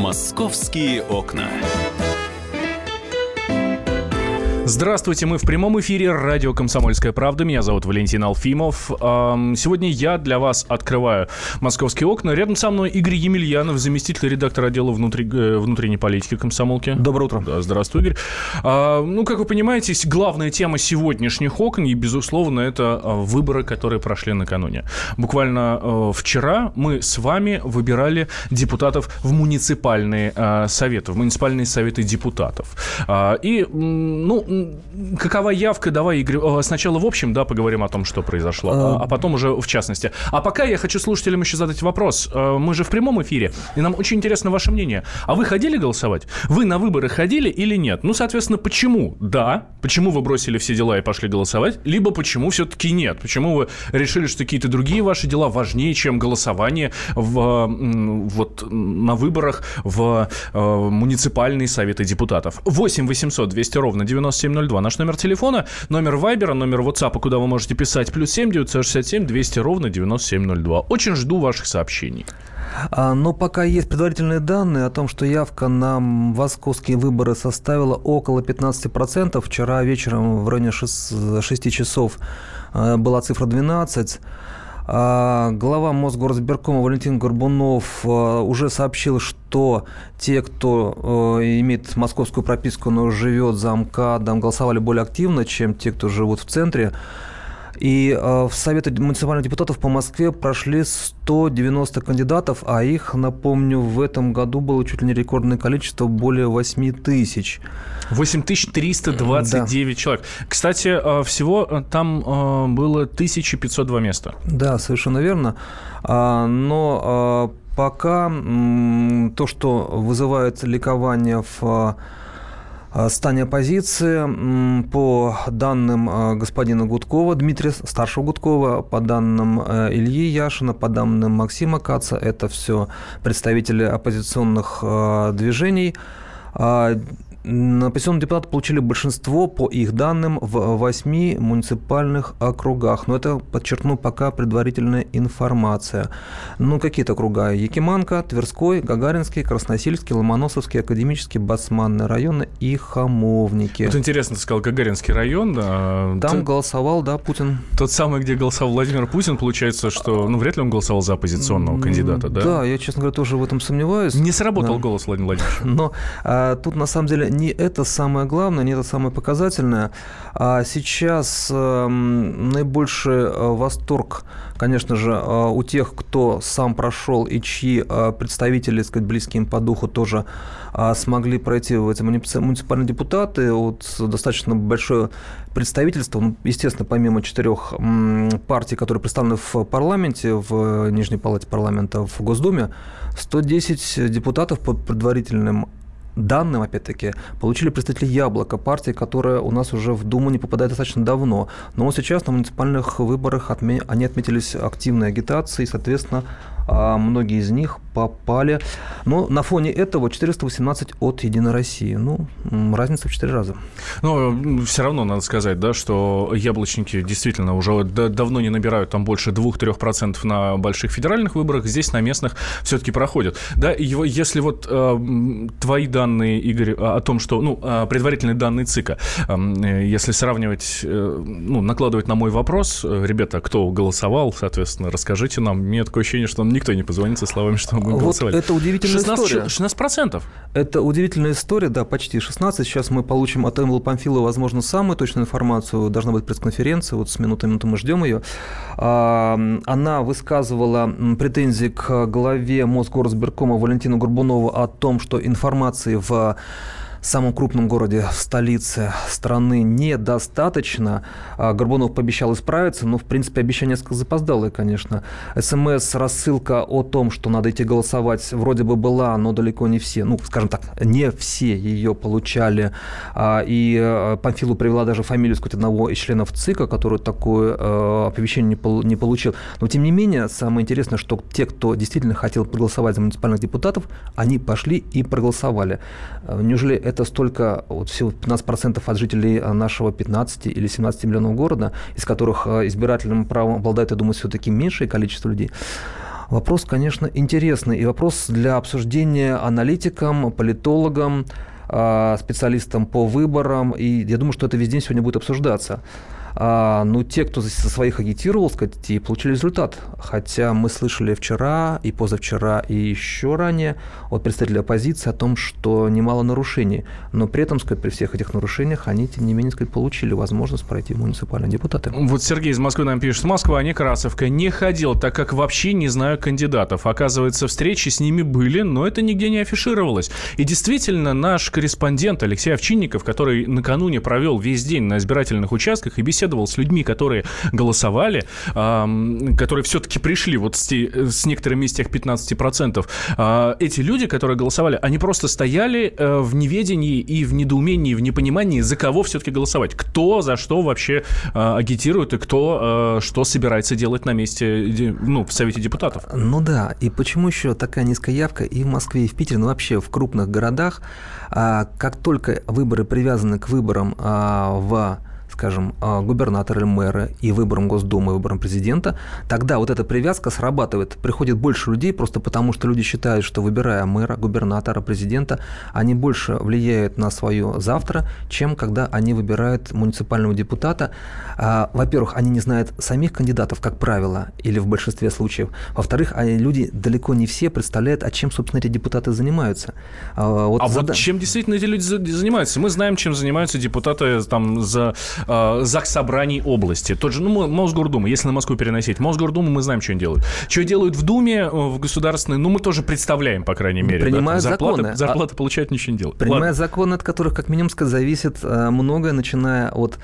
«Московские окна». Здравствуйте, мы в прямом эфире радио «Комсомольская правда». Меня зовут Валентин Алфимов. Сегодня я для вас открываю «Московские окна». Рядом со мной Игорь Емельянов, заместитель редактора отдела внутренней политики комсомолки. Доброе утро. Да, здравствуй, Игорь. Как вы понимаете, главная тема сегодняшних окон, и, безусловно, это выборы, которые прошли накануне. Буквально вчера мы с вами выбирали депутатов в муниципальные советы, в муниципальные советы депутатов. Какова явка? Давай, Игорь, сначала в общем, поговорим о том, что произошло, а потом уже в частности. А пока я хочу слушателям еще задать вопрос. Мы же в прямом эфире, и нам очень интересно ваше мнение. А вы ходили голосовать? Вы на выборы ходили или нет? Соответственно, почему? Да. Почему вы бросили все дела и пошли голосовать? Либо почему все-таки нет? Почему вы решили, что какие-то другие ваши дела важнее, чем голосование на выборах в муниципальные советы депутатов? 8 800 200 ровно 9702. Наш номер телефона, номер Вайбера, номер WhatsApp, куда вы можете писать, +7 967 200 ровно 9702. Очень жду ваших сообщений. Но пока есть предварительные данные о том, что явка на московские выборы составила около 15%. Вчера вечером в районе 6 часов была цифра 12%. Глава Мосгорсберкома Валентин Горбунов уже сообщил, что те, кто имеет московскую прописку, но живет за МКАДом, голосовали более активно, чем те, кто живут в центре. И в Советы муниципальных депутатов по Москве прошли 190 кандидатов, а их, напомню, в этом году было чуть ли не рекордное количество, более 8 тысяч. 8329 человек. Кстати, всего там было 1502 места. Да, совершенно верно. Но пока то, что вызывает ликование в стане оппозиции, по данным господина Гудкова, Дмитрия, старшего Гудкова, по данным Ильи Яшина, по данным Максима Каца, это все представители оппозиционных движений. Оппозиционные депутаты получили большинство, по их данным, в 8 муниципальных округах. Но это, подчеркну, пока предварительная информация. Какие-то округа? Якиманка, Тверской, Гагаринский, Красносельский, Ломоносовский, Академический, Басманный районы и Хамовники. Вот интересно, ты сказал, Гагаринский район. Да. Там голосовал, Путин. Тот самый, где голосовал Владимир Путин, получается, что, вряд ли он голосовал за оппозиционного кандидата, да? Да, я, честно говоря, тоже в этом сомневаюсь. Не сработал голос Владимира Владимировича. Но тут, на самом деле, не это самое главное, не это самое показательное. А сейчас наибольший восторг, конечно же, у тех, кто сам прошел и чьи представители, так сказать, близкие им по духу, тоже смогли пройти в эти муниципальные депутаты. Достаточно большое представительство, естественно, помимо 4 партий, которые представлены в парламенте, в Нижней палате парламента, в Госдуме, 110 депутатов по предварительным данным, опять-таки, получили представители «Яблоко», партии, которая у нас уже в Думу не попадает достаточно давно. Но сейчас на муниципальных выборах они отметились активной агитацией, и, соответственно, многие из них попали. Но на фоне этого 418 от «Единой России». Разница в 4 раза. Все равно надо сказать, что яблочники действительно уже давно не набирают там больше 2-3% на больших федеральных выборах. Здесь на местных все-таки проходят. Да, и если твои данные, Игорь, о том, что, предварительные данные ЦИКа, если сравнивать, накладывать на мой вопрос, ребята, кто голосовал, соответственно, расскажите нам. Мне такое ощущение, что никто не позвонит со словами, что мы голосовали. Это удивительная история. 16%. Это удивительная история, почти 16%. Сейчас мы получим от Эмилы Памфилова, возможно, самую точную информацию. Должна быть пресс-конференция, с минуты на минуту мы ждем ее. Она высказывала претензии к главе Мосгорсберкома Валентину Горбунову о том, что информации в самом крупном городе, в столице страны, недостаточно. Горбунов пообещал исправиться, но, в принципе, обещание несколько запоздалое, конечно. СМС-рассылка о том, что надо идти голосовать, вроде бы была, но далеко не все, скажем так, не все ее получали. И Памфилу привела даже фамилию, сказать, одного из членов ЦИКа, который такое оповещение не получил. Но, тем не менее, самое интересное, что те, кто действительно хотел проголосовать за муниципальных депутатов, они пошли и проголосовали. Неужели это столько, всего 15% от жителей нашего 15 или 17 миллионов города, из которых избирательным правом обладает, я думаю, все-таки меньшее количество людей. Вопрос, конечно, интересный. И вопрос для обсуждения аналитикам, политологам, специалистам по выборам. И я думаю, что это весь день сегодня будет обсуждаться. Но те, кто со своих агитировал, сказать, и получили результат. Хотя мы слышали вчера и позавчера и еще ранее от представителей оппозиции о том, что немало нарушений. Но при этом, сказать, при всех этих нарушениях они, тем не менее, сказать, получили возможность пройти в муниципальные депутаты. Вот Сергей из Москвы нам пишет: Москва, Некрасовка. Не ходил, так как вообще не знаю кандидатов. Оказывается, встречи с ними были, но это нигде не афишировалось. И действительно, наш корреспондент Алексей Овчинников, который накануне провел весь день на избирательных участках и беседовал с людьми, которые голосовали, которые все-таки пришли вот с некоторыми из тех 15%. Эти люди, которые голосовали, они просто стояли в неведении и в недоумении, в непонимании, за кого все-таки голосовать. Кто за что вообще агитирует и кто что собирается делать на месте, ну, в Совете депутатов. Ну да, и почему еще такая низкая явка и в Москве, и в Питере, ну вообще в крупных городах, как только выборы привязаны к выборам скажем, губернатора или мэра и выборам Госдумы, и выборам президента, тогда вот эта привязка срабатывает. Приходит больше людей просто потому, что люди считают, что, выбирая мэра, губернатора, президента, они больше влияют на свое завтра, чем когда они выбирают муниципального депутата. Во-первых, они не знают самих кандидатов, как правило, или в большинстве случаев. Во-вторых, люди далеко не все представляют, чем, собственно, эти депутаты занимаются. Вот чем действительно эти люди занимаются? Мы знаем, чем занимаются депутаты там за заксобраний области. Тот же, Мосгордума, если на Москву переносить. Мосгордуму мы знаем, что они делают. Что делают в Думе, в государственной, мы тоже представляем, по крайней мере. Принимают законы. Зарплаты получают, ничего не делают. Принимают законы, от которых, как минимум, зависит многое, начиная от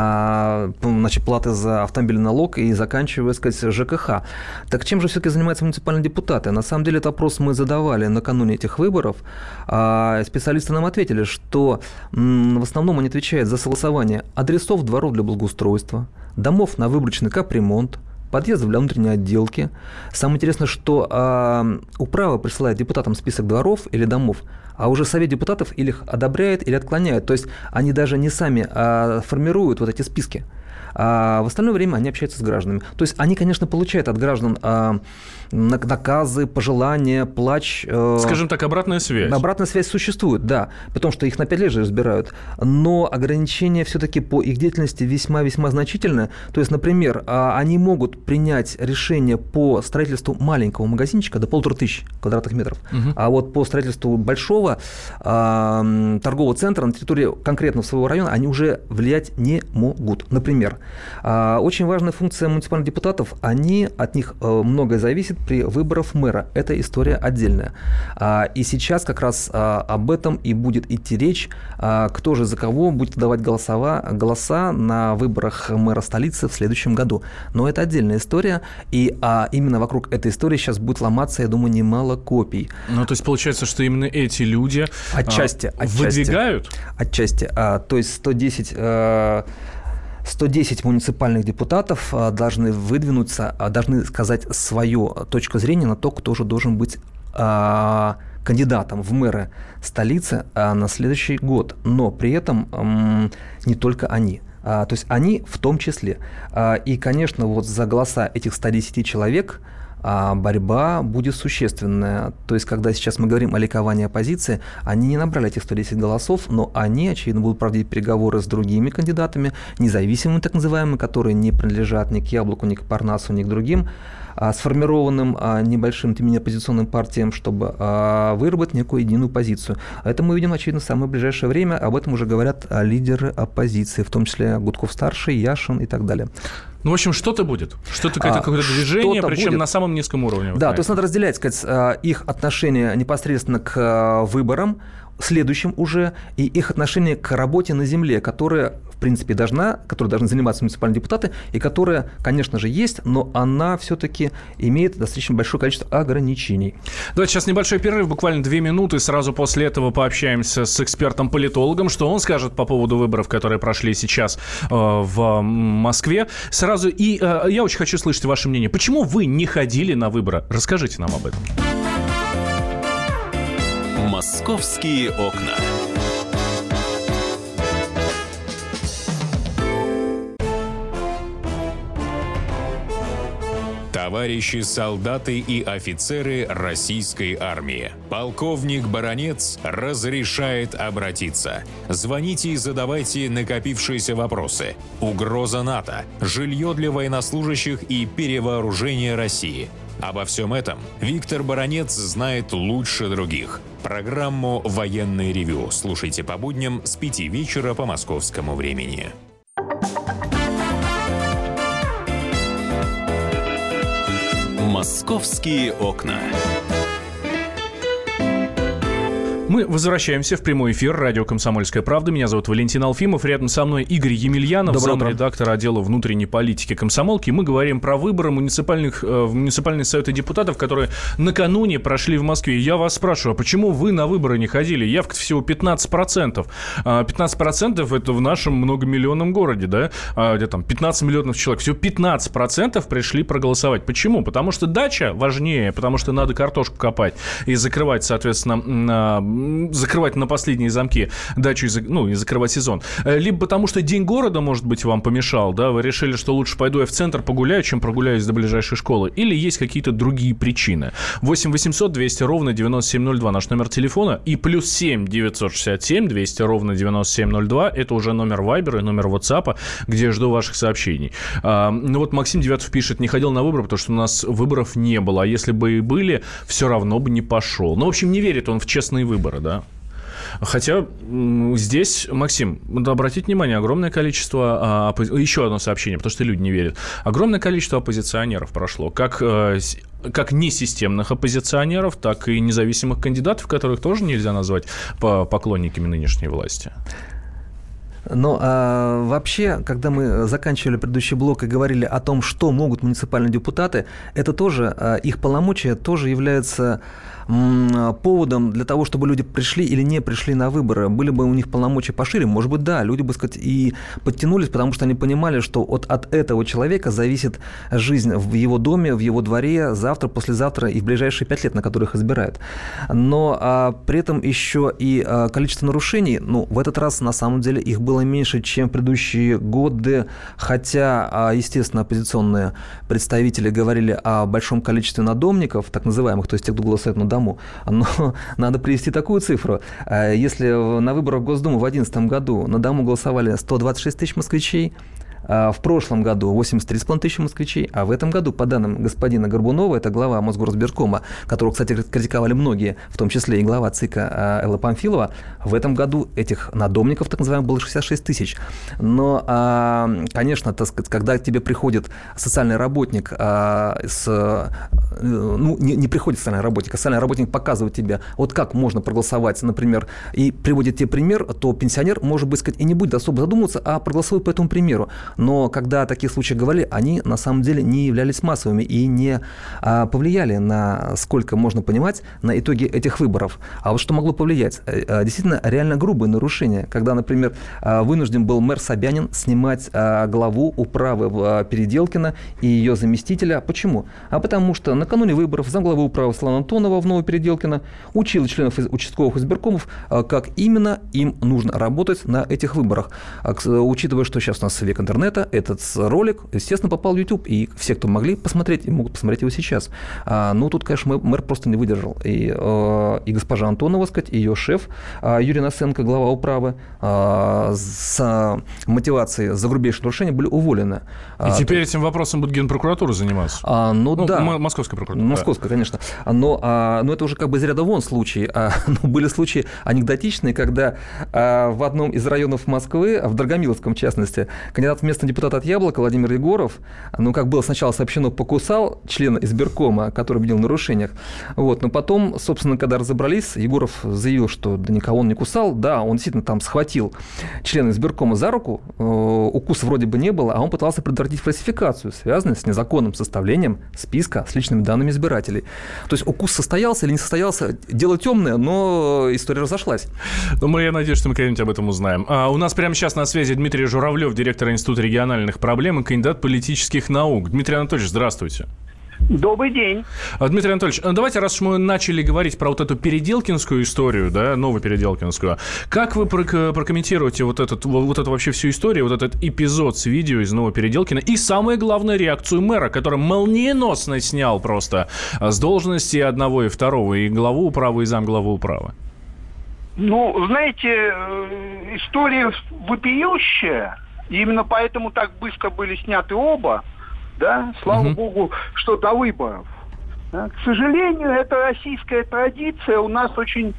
платы за автомобильный налог и заканчивая, ЖКХ. Так чем же все-таки занимаются муниципальные депутаты? На самом деле, этот вопрос мы задавали накануне этих выборов. Специалисты нам ответили, что в основном они отвечают за согласование адресов дворов для благоустройства, домов на выборочный капремонт, подъездов для внутренней отделки. Самое интересное, что управа присылает депутатам список дворов или домов, а уже Совет депутатов или их одобряет, или отклоняет. То есть они даже не сами формируют вот эти списки. А в остальное время они общаются с гражданами. То есть они, конечно, получают от граждан наказы, пожелания, плач. Скажем так, обратная связь. Обратная связь существует, да, потому что их на 5 лет же разбирают. Но ограничения все-таки по их деятельности весьма-весьма значительны. То есть, например, они могут принять решение по строительству маленького магазинчика до 1500 квадратных метров, а вот по строительству большого торгового центра на территории конкретно своего района они уже влиять не могут. Например, очень важная функция муниципальных депутатов, от них многое зависит при выборах мэра. Это история отдельная. И сейчас как раз об этом и будет идти речь, кто же за кого будет давать голоса на выборах мэра столицы в следующем году. Но это отдельная история, и именно вокруг этой истории сейчас будет ломаться, я думаю, немало копий. Ну, то есть получается, что именно эти люди выдвигают? Отчасти. То есть 110 муниципальных депутатов должны выдвинуться, должны сказать свою точку зрения на то, кто же должен быть кандидатом в мэры столицы на следующий год. Но при этом не только они. То есть они в том числе. И, конечно, вот за голоса этих 110 человек борьба будет существенная. То есть, когда сейчас мы говорим о ликовании оппозиции, они не набрали этих 110 голосов, но они, очевидно, будут проводить переговоры с другими кандидатами, независимыми так называемыми, которые не принадлежат ни к Яблоку, ни к Парнасу, ни к другим, сформированным небольшим, тем не менее, оппозиционным партиям, чтобы выработать некую единую позицию. Это мы увидим, очевидно, в самое ближайшее время. Об этом уже говорят лидеры оппозиции, в том числе Гудков-старший, Яшин и так далее. Ну, в общем, что-то будет. Какое-то движение, причем будет на самом низком уровне. Да, то есть надо разделять, сказать, их отношение непосредственно к выборам, следующим уже, и их отношение к работе на земле, которая, в принципе, которой должны заниматься муниципальные депутаты, и которая, конечно же, есть, но она все-таки имеет достаточно большое количество ограничений. Давайте сейчас небольшой перерыв, буквально 2 минуты, сразу после этого пообщаемся с экспертом-политологом, что он скажет по поводу выборов, которые прошли сейчас в Москве. Сразу, и я очень хочу слышать ваше мнение. Почему вы не ходили на выборы? Расскажите нам об этом. «Московские окна». Товарищи солдаты и офицеры российской армии, полковник Баранец разрешает обратиться. Звоните и задавайте накопившиеся вопросы. Угроза НАТО, жилье для военнослужащих и перевооружение России. Обо всем этом Виктор Баранец знает лучше других. Программу «Военное ревю» слушайте по будням с 5 вечера по московскому времени. «Московские окна». Мы возвращаемся в прямой эфир радио «Комсомольская правда». Меня зовут Валентин Алфимов. Рядом со мной Игорь Емельянов, замредактор отдела внутренней политики комсомолки. Мы говорим про выборы в муниципальные советы депутатов, которые накануне прошли в Москве. Я вас спрашиваю, а почему вы на выборы не ходили? Явка всего 15%. 15% это в нашем многомиллионном городе, да? Где там 15 миллионов человек. Всего 15% пришли проголосовать. Почему? Потому что дача важнее, потому что надо картошку копать и закрывать, соответственно, закрывать на последние замки дачу и закрывать сезон. Либо потому, что день города, может быть, вам помешал, да, вы решили, что лучше пойду я в центр погуляю, чем прогуляюсь до ближайшей школы. Или есть какие-то другие причины. 8 800 200 ровно 9702 наш номер телефона. И +7 967 200 ровно 9702 это уже номер Вайбера и номер WhatsApp, где я жду ваших сообщений. Вот Максим Девятов пишет, не ходил на выборы, потому что у нас выборов не было. А если бы и были, все равно бы не пошел. Ну, в общем, не верит он в честные выборы, да. Хотя здесь, Максим, надо обратить внимание, огромное количество... Еще одно сообщение, потому что люди не верят. Огромное количество оппозиционеров прошло. Как несистемных оппозиционеров, так и независимых кандидатов, которых тоже нельзя назвать поклонниками нынешней власти. Но вообще, когда мы заканчивали предыдущий блок и говорили о том, что могут муниципальные депутаты, это тоже, их полномочия тоже являются поводом для того, чтобы люди пришли или не пришли на выборы. Были бы у них полномочия пошире, может быть, да, люди бы, сказать, и подтянулись, потому что они понимали, что от этого человека зависит жизнь в его доме, в его дворе, завтра, послезавтра и в ближайшие 5 лет, на которых избирают. Но при этом еще и количество нарушений, в этот раз на самом деле их было меньше, чем в предыдущие годы, хотя, естественно, оппозиционные представители говорили о большом количестве надомников, так называемых, то есть тех, кто голосует на дому. Но надо привести такую цифру. Если на выборах в Госдуму в 2011 году на дому голосовали 126 тысяч москвичей, в прошлом году 83,5 тысячи москвичей, а в этом году, по данным господина Горбунова, это глава Мосгорсберкома, которого, кстати, критиковали многие, в том числе и глава ЦИКа Элла Памфилова, в этом году этих надомников, так называемых, было 66 тысяч. Но, конечно, так сказать, когда к тебе приходит социальный работник, не приходит социальный работник, а социальный работник показывает тебе, вот как можно проголосовать, например, и приводит тебе пример, то пенсионер, может быть, сказать, и не будет особо задумываться, а проголосует по этому примеру. Но когда о таких случаях говорили, они на самом деле не являлись массовыми и не повлияли на, сколько можно понимать, на итоги этих выборов. А вот что могло повлиять? Действительно, реально грубые нарушения. Когда, например, вынужден был мэр Собянин снимать главу управы Переделкина и ее заместителя. Почему? Потому что накануне выборов замглавы управы Светлана Антонова в Новопеределкино учила членов участковых избиркомов, как именно им нужно работать на этих выборах. Учитывая, что сейчас у нас век интернета, этот ролик, естественно, попал в YouTube, и все, кто могли посмотреть, могут посмотреть его сейчас. Тут, конечно, мэр просто не выдержал. И госпожа Антонова, сказать, и ее шеф Юрий Насенко, глава управы, с мотивацией за грубейшее нарушение были уволены. И теперь этим вопросом будет Генпрокуратура заниматься? Да. Московская прокуратура. Московская, конечно. Но это уже как бы из ряда вон случаи. Были случаи анекдотичные, когда в одном из районов Москвы, в Драгомиловском, в частности, кандидат в местный депутат от «Яблока» Владимир Егоров, как было сначала сообщено, покусал члена избиркома, который обвинил в нарушениях. Но потом, собственно, когда разобрались, Егоров заявил, что никого он не кусал. Да, он действительно там схватил члена избиркома за руку, укуса вроде бы не было, а он пытался предотвратить фальсификацию, связанную с незаконным составлением списка с личными данными избирателей. То есть укус состоялся или не состоялся, дело темное, но история разошлась. Я надеюсь, что мы когда-нибудь об этом узнаем. У нас прямо сейчас на связи Дмитрий Журавлев, директор Института региональных проблем и кандидат политических наук. Дмитрий Анатольевич, здравствуйте. Добрый день. Дмитрий Анатольевич, давайте, раз мы начали говорить про вот эту переделкинскую историю, да, новопеределкинскую, как вы прокомментируете вот эту вообще всю историю, вот этот эпизод с видео из Новопеределкина и, самое главное, реакцию мэра, который молниеносно снял просто с должности одного и второго, и главу управы, и замглавы управы? Ну, знаете, история вопиющая, и именно поэтому так быстро были сняты оба. Да, слава богу, что до выборов. Да? К сожалению, это российская традиция. У нас очень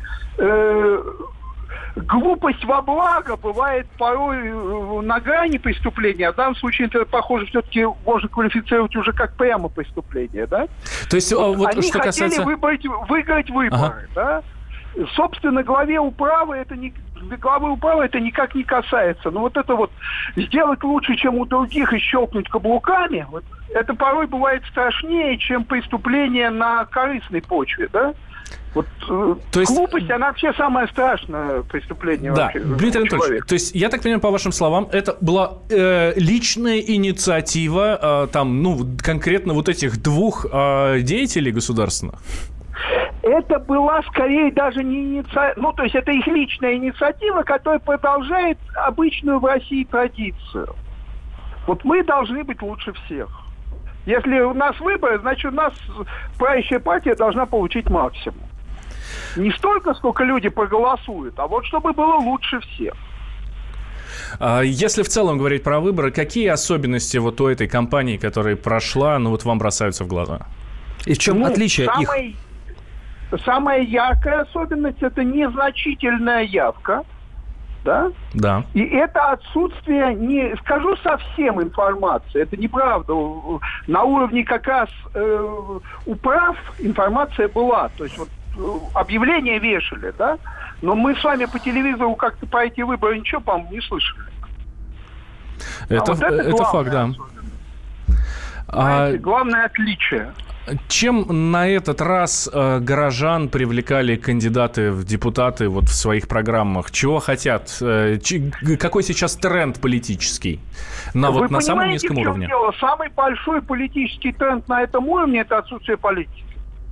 глупость во благо бывает порой на грани преступления. А в данном случае это, похоже, все-таки можно квалифицировать уже как прямо преступление. Да? То есть, вот они что касается... хотели выиграть выборы. Да? Собственно, главы управы это никак не касается. Но вот это вот сделать лучше, чем у других, и щелкнуть каблуками, вот, это порой бывает страшнее, чем преступление на корыстной почве, да? Вот то есть... глупость, она вообще самое страшное преступление. Да, вообще, Дмитрий Анатольевич, то есть, я так понимаю, по вашим словам, это была личная инициатива конкретно вот этих двух деятелей государственных? Это была скорее даже не инициатива, ну, то есть это их личная инициатива, которая продолжает обычную в России традицию. Вот мы должны быть лучше всех. Если у нас выборы, значит, у нас правящая партия должна получить максимум. Не столько, сколько люди проголосуют, а вот чтобы было лучше всех. Если в целом говорить про выборы, какие особенности вот у этой кампании, которая прошла, вам бросаются в глаза? И в чем отличие их? Самая яркая особенность – это незначительная явка, да? Да. И это отсутствие, не скажу совсем информации, это неправда. На уровне как раз управ информация была, то есть вот объявления вешали, да? Но мы с вами по телевизору как-то про эти выборы ничего, по-моему, не слышали. Это факт, да. Знаете, главное отличие. Чем на этот раз горожан привлекали кандидаты в депутаты вот в своих программах? Чего хотят? Какой сейчас тренд политический на самом низком уровне? Дело? Самый большой политический тренд на этом уровне – это отсутствие политики.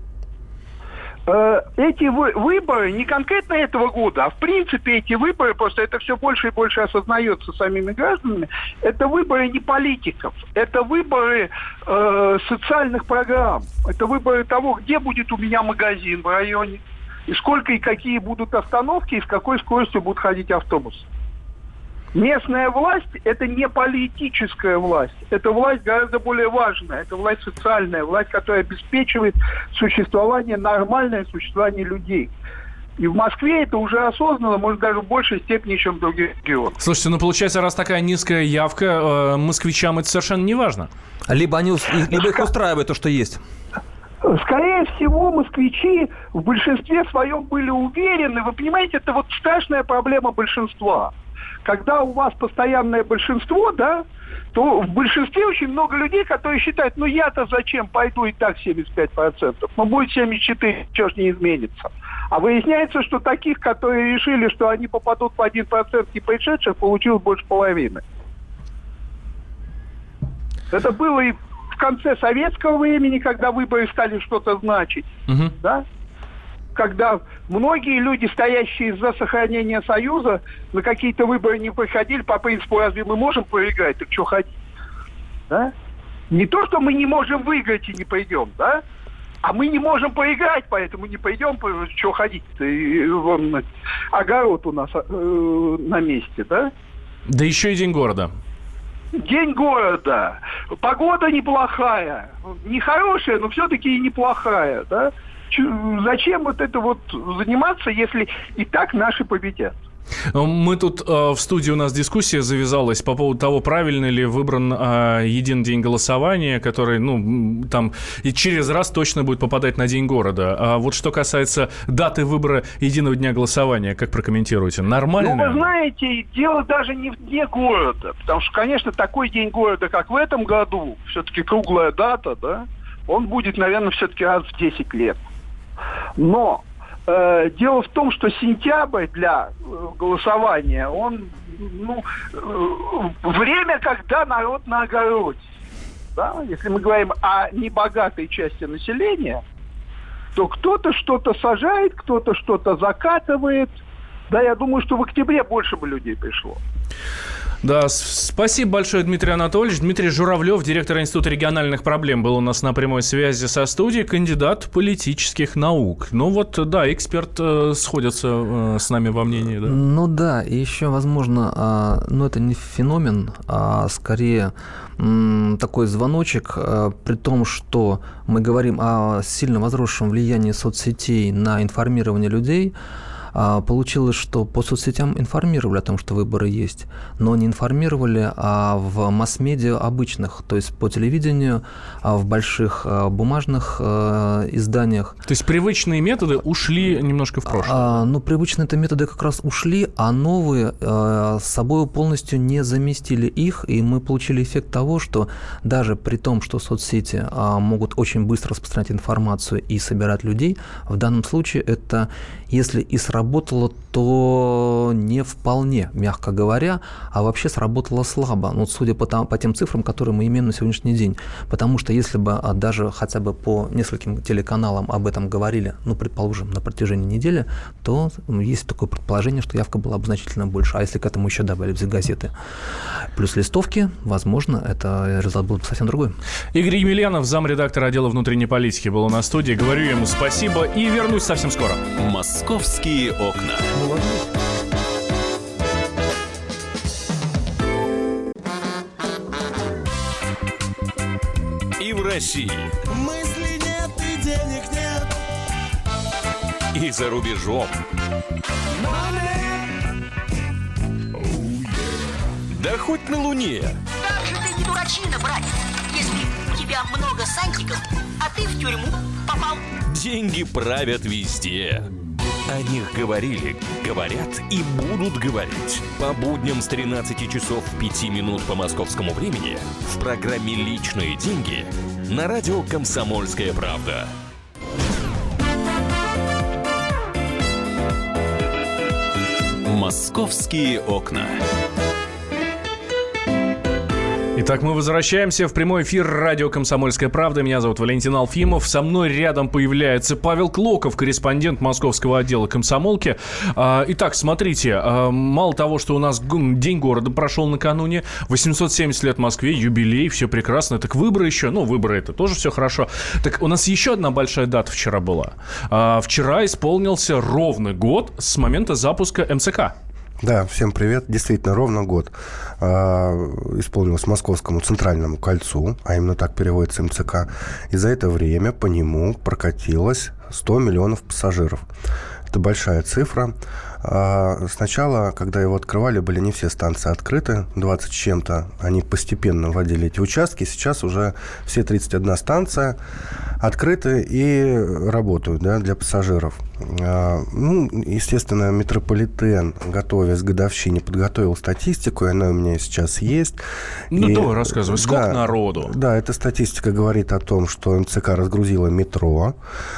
Эти выборы, не конкретно этого года, а в принципе эти выборы, просто это все больше и больше осознается самими гражданами, это выборы не политиков, это выборы социальных программ, это выборы того, где будет у меня магазин в районе, и сколько и какие будут остановки, и с какой скоростью будут ходить автобусы. Местная власть – это не политическая власть. Это власть гораздо более важная. Это власть социальная, власть, которая обеспечивает нормальное существование людей. И в Москве это уже осознанно, может, даже в большей степени, чем в других регионах. Слушайте, получается, раз такая низкая явка, москвичам это совершенно не важно. Либо их устраивает то, что есть. Скорее всего, москвичи в большинстве своем были уверены. Вы понимаете, это вот страшная проблема большинства. Когда у вас постоянное большинство, да, то в большинстве очень много людей, которые считают, я-то зачем пойду, и так 75%, но будет 74%, ничего ж не изменится. А выясняется, что таких, которые решили, что они попадут в 1% не пришедших, получилось больше половины. Это было и в конце советского времени, когда выборы стали что-то значить, да? Когда многие люди, стоящие за сохранение Союза, на какие-то выборы не приходили по принципу, разве мы можем проиграть, так что хотите? Да? Не то, что мы не можем выиграть и не пойдем, да? А мы не можем проиграть, поэтому не пойдем, что ходить-то? Вон, огород у нас на месте, да? Да еще и День города. День города. Погода неплохая. Не хорошая, но все-таки и неплохая, да? Зачем вот это вот заниматься, если и так наши победят? Мы тут в студии, у нас дискуссия завязалась по поводу того, правильно ли выбран единый день голосования, который, там и через раз точно будет попадать на День города. А вот что касается даты выбора единого дня голосования, как прокомментируете? Нормально? Вы знаете, дело даже не в дне города, потому что, конечно, такой День города, как в этом году, все-таки круглая дата, да, он будет, наверное, все-таки раз в 10 лет. Но дело в том, что сентябрь для голосования, он время, когда народ на огороде. да, если мы говорим о небогатой части населения, то кто-то что-то сажает, кто-то что-то закатывает. Да, я думаю, что в октябре больше бы людей пришло. Да, спасибо большое, Дмитрий Анатольевич. Дмитрий Журавлев, директор Института региональных проблем, был у нас на прямой связи со студией, кандидат политических наук. Ну вот, да, эксперт сходится с нами во мнении. Да? Ну да, и еще, возможно, это не феномен, а скорее такой звоночек, при том, что мы говорим о сильно возросшем влиянии соцсетей на информирование людей. Получилось, что по соцсетям информировали о том, что выборы есть, но не информировали в масс-медиа обычных, то есть по телевидению, в больших бумажных изданиях. То есть привычные методы ушли немножко в прошлое? Привычные методы как раз ушли, а новые с собой полностью не заместили их, и мы получили эффект того, что даже при том, что соцсети могут очень быстро распространять информацию и собирать людей, в данном случае это, если и сработало, то не вполне, мягко говоря, а вообще сработало слабо, судя по тем цифрам, которые мы имеем на сегодняшний день. Потому что если бы даже хотя бы по нескольким телеканалам об этом говорили, предположим, на протяжении недели, то есть такое предположение, что явка была бы значительно больше. А если к этому еще добавить газеты плюс листовки, возможно, это результат был бы совсем другой. Игорь Емельянов, замредактора отдела внутренней политики, был у нас в студии. Говорю ему спасибо и вернусь совсем скоро. «Московские окна». И в России. Мысли нет и денег нет. И за рубежом. Да хоть на Луне. Как же ты не дурачина, братец, если у тебя много сантиков, а ты в тюрьму попал. Деньги правят везде. О них говорили, говорят и будут говорить. По будням с 13 часов 5 минут по московскому времени в программе «Личные деньги» на радио «Комсомольская правда». «Московские окна». Итак, мы возвращаемся в прямой эфир радио «Комсомольская правда». Меня зовут Валентин Алфимов. Со мной рядом появляется Павел Клоков, корреспондент московского отдела «Комсомолки». Итак, смотрите, мало того, что у нас День города прошел накануне, 870 лет Москве, юбилей, все прекрасно. Так выборы еще, выборы это тоже все хорошо. Так у нас еще одна большая дата вчера была. Вчера исполнился ровно год с момента запуска МЦК. Да, всем привет. Действительно, ровно год исполнилось Московскому центральному кольцу, а именно так переводится МЦК. И за это время по нему прокатилось 100 миллионов пассажиров. Это большая цифра. Сначала, когда его открывали, были не все станции открыты, 20 с чем-то. Они постепенно вводили эти участки. Сейчас уже все 31 станция открыты и работают, для пассажиров. Естественно, метрополитен, готовясь к годовщине, подготовил статистику, и она у меня сейчас есть. Давай рассказывай, сколько народу? Да, эта статистика говорит о том, что МЦК разгрузила метро.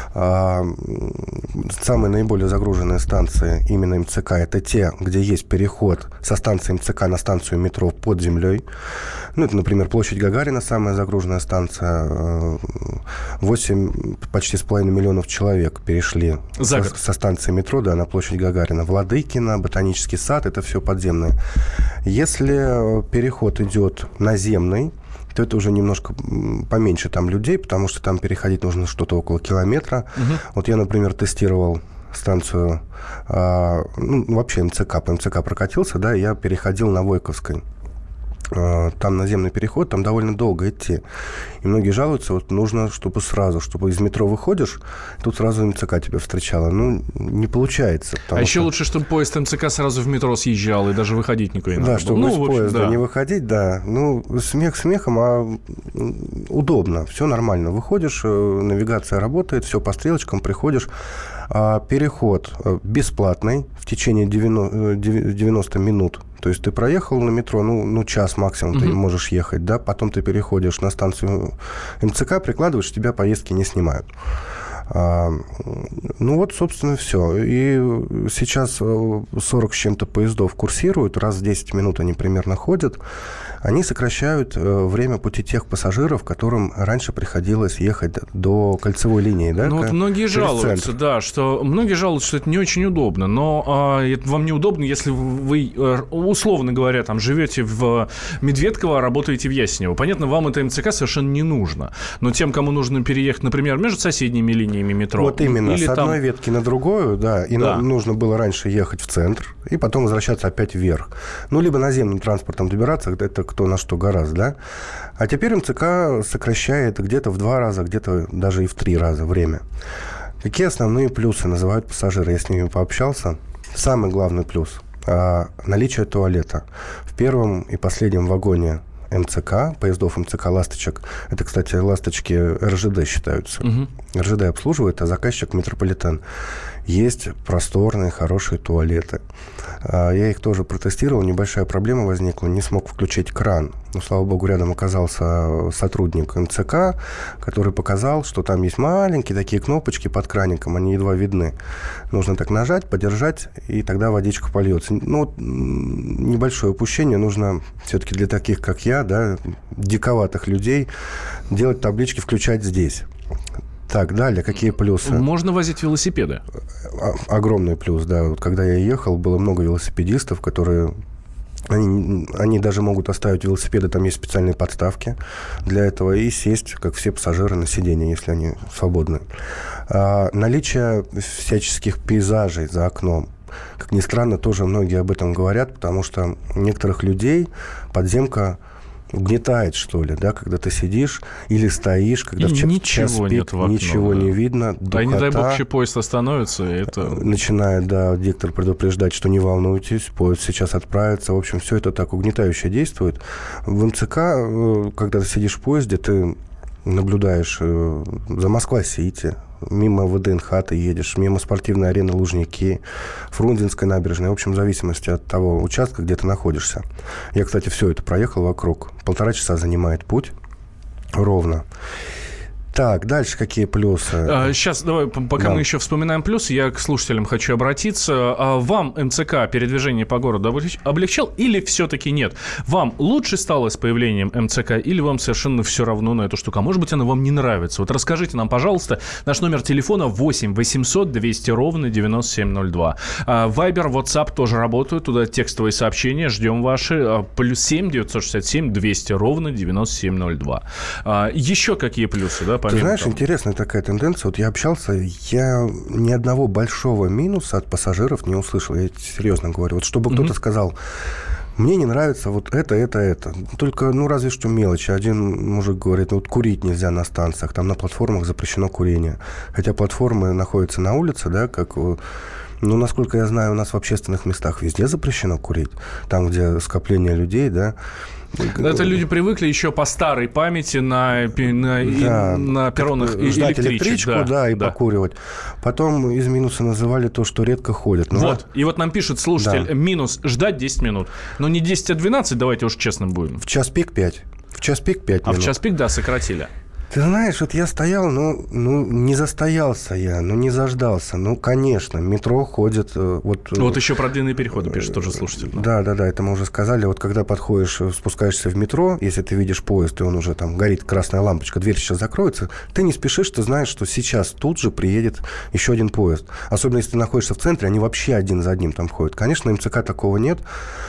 Самые наиболее загруженные станции именно МЦК — это те, где есть переход со станции МЦК на станцию метро под землей. Это, например, площадь Гагарина, самая загруженная станция. 8 почти с половиной миллионов человек перешли со станции метро на площадь Гагарина. Владыкино, Ботанический сад — это все подземное. Если переход идет наземный, то это уже немножко поменьше там людей, потому что там переходить нужно что-то около километра. Вот я, например, тестировал станцию, вообще МЦК, по МЦК прокатился, и я переходил на Войковской. Там наземный переход, там довольно долго идти. И многие жалуются, нужно, чтобы из метро выходишь, тут сразу МЦК тебя встречала. Не получается. Еще лучше, чтобы поезд МЦК сразу в метро съезжал, и даже выходить никуда не надо. Да, чтобы из поезда не выходить, смех смехом, а удобно, все нормально. Выходишь, навигация работает, все по стрелочкам, приходишь. Переход бесплатный в течение 90 минут. То есть ты проехал на метро, час максимум ты можешь ехать, потом ты переходишь на станцию МЦК, прикладываешь, тебя поездки не снимают. Собственно, все. И сейчас 40 с чем-то поездов курсируют, раз в 10 минут они примерно ходят. они сокращают время пути тех пассажиров, которым раньше приходилось ехать до кольцевой линии, да? Ну, вот многие жалуются, центр. да, что это не очень удобно, но это вам неудобно, если вы, условно говоря, там живете в Медведково, а работаете в Ясенево. Понятно, вам это МЦК совершенно не нужно, но тем, кому нужно переехать, например, между соседними линиями метро. Вот именно, или с одной там... ветки на другую, да, и нужно было раньше ехать в центр, и потом возвращаться опять вверх. Ну, либо наземным транспортом добираться, это кто на что гораздо, да. А теперь МЦК сокращает где-то в 2 раза, где-то даже и в 3 раза время. Какие основные плюсы называют пассажиры? Я с ними пообщался. Самый главный плюс – наличие туалета. В первом и последнем вагоне МЦК, поездов МЦК «Ласточек». Это, кстати, «Ласточки» РЖД считаются. РЖД обслуживает, а заказчик «Метрополитен». Есть просторные, хорошие туалеты. Я их тоже протестировал. Небольшая проблема возникла. Не смог включить кран. Но, слава богу, рядом оказался сотрудник МЦК, который показал, что там есть маленькие такие кнопочки под краником. Они едва видны. Нужно так нажать, подержать, и тогда водичка польется. Ну, небольшое упущение. Нужно все-таки для таких, как я, да, диковатых людей, делать таблички «Включать здесь». Так, далее, какие плюсы? Можно возить велосипеды. Огромный плюс, да. Вот когда я ехал, было много велосипедистов, которые... Они даже могут оставить велосипеды, там есть специальные подставки для этого, и сесть, как все пассажиры, на сиденье, если они свободны. Наличие всяческих пейзажей за окном. Как ни странно, тоже многие об этом говорят, потому что некоторых людей подземка угнетает, что ли, да, когда ты сидишь или стоишь, когда в час пик ничего не видно, духота. А не дай бог, поезд остановится, это... Начинает, да, диктор предупреждать, что не волнуйтесь, поезд сейчас отправится. В общем, все это так угнетающе действует. В МЦК, когда ты сидишь в поезде, ты наблюдаешь за Москва-Сити, мимо ВДНХ ты едешь, мимо спортивной арены Лужники, Фрунзенской набережной. В общем, в зависимости от того участка, где ты находишься. Я, кстати, все это проехал вокруг. 1,5 часа занимает путь ровно. Так, дальше какие плюсы? Сейчас, давай, пока мы еще вспоминаем плюсы, я к слушателям хочу обратиться. Вам МЦК передвижение по городу облегчал или все-таки нет? Вам лучше стало с появлением МЦК или вам совершенно все равно на эту штуку? А может быть, она вам не нравится? Вот расскажите нам, пожалуйста. Наш номер телефона 8 800 200 ровно 9702. Вайбер, WhatsApp тоже работают. Туда текстовые сообщения. Ждем ваши. +7 967 200 ровно 9702. Еще какие плюсы, да? Ты знаешь, интересная такая тенденция. Вот я общался, я ни одного большого минуса от пассажиров не услышал. Я серьезно говорю. Вот чтобы кто-то сказал, мне не нравится вот это. Только, разве что мелочи. Один мужик говорит, вот курить нельзя на станциях, там на платформах запрещено курение. Хотя платформы находятся на улице, да, как... насколько я знаю, у нас в общественных местах везде запрещено курить. Там, где скопление людей, да. Это люди привыкли еще по старой памяти на перронах ждать электричку, и покуривать. Потом из минуса называли то, что редко ходят. И вот нам пишет слушатель, минус ждать 10 минут. Но не 10, а 12, давайте уж честным будем. В час пик 5. В час пик 5 минут. А в час пик, да, сократили. Ты знаешь, вот я стоял, не застоялся я, не заждался. Конечно, метро ходит... Вот еще про длинные переходы пишет тоже слушатель. Да, это мы уже сказали. Вот когда подходишь, спускаешься в метро, если ты видишь поезд, и он уже там горит красная лампочка, дверь сейчас закроется, ты не спешишь, ты знаешь, что сейчас тут же приедет еще один поезд. Особенно, если ты находишься в центре, они вообще один за одним там ходят. Конечно, МЦК такого нет,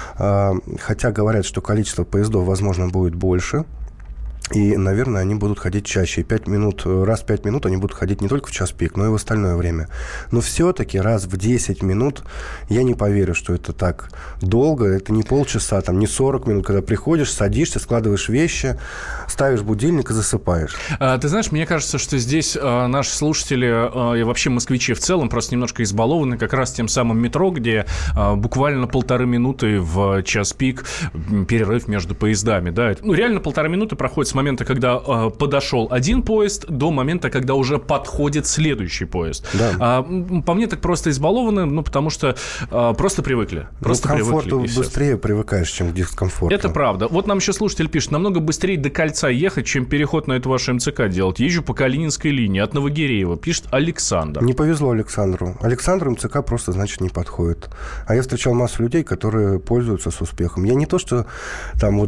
хотя говорят, что количество поездов, возможно, будет больше. И, наверное, они будут ходить чаще. Раз в 5 минут они будут ходить не только в час пик, но и в остальное время. Но все-таки раз в 10 минут я не поверю, что это так долго. Это не полчаса, не 40 минут, когда приходишь, садишься, складываешь вещи, ставишь будильник и засыпаешь. Ты знаешь, мне кажется, что здесь наши слушатели и вообще москвичи в целом просто немножко избалованы как раз тем самым метро, где буквально 1,5 минуты в час пик перерыв между поездами. Да? Реально 1,5 минуты проходит с момента, когда подошел один поезд, до момента, когда уже подходит следующий поезд. Да. По мне так просто избалованы, потому что просто привыкли. К комфорту быстрее привыкаешь, чем к дискомфорту. Это правда. Вот нам еще слушатель пишет, намного быстрее до кольца ехать, чем переход на эту вашу МЦК делать. Езжу по Калининской линии от Новогиреева, пишет Александр. Не повезло Александру. Александру МЦК просто, значит, не подходит. А я встречал массу людей, которые пользуются с успехом. Я не то, что там вот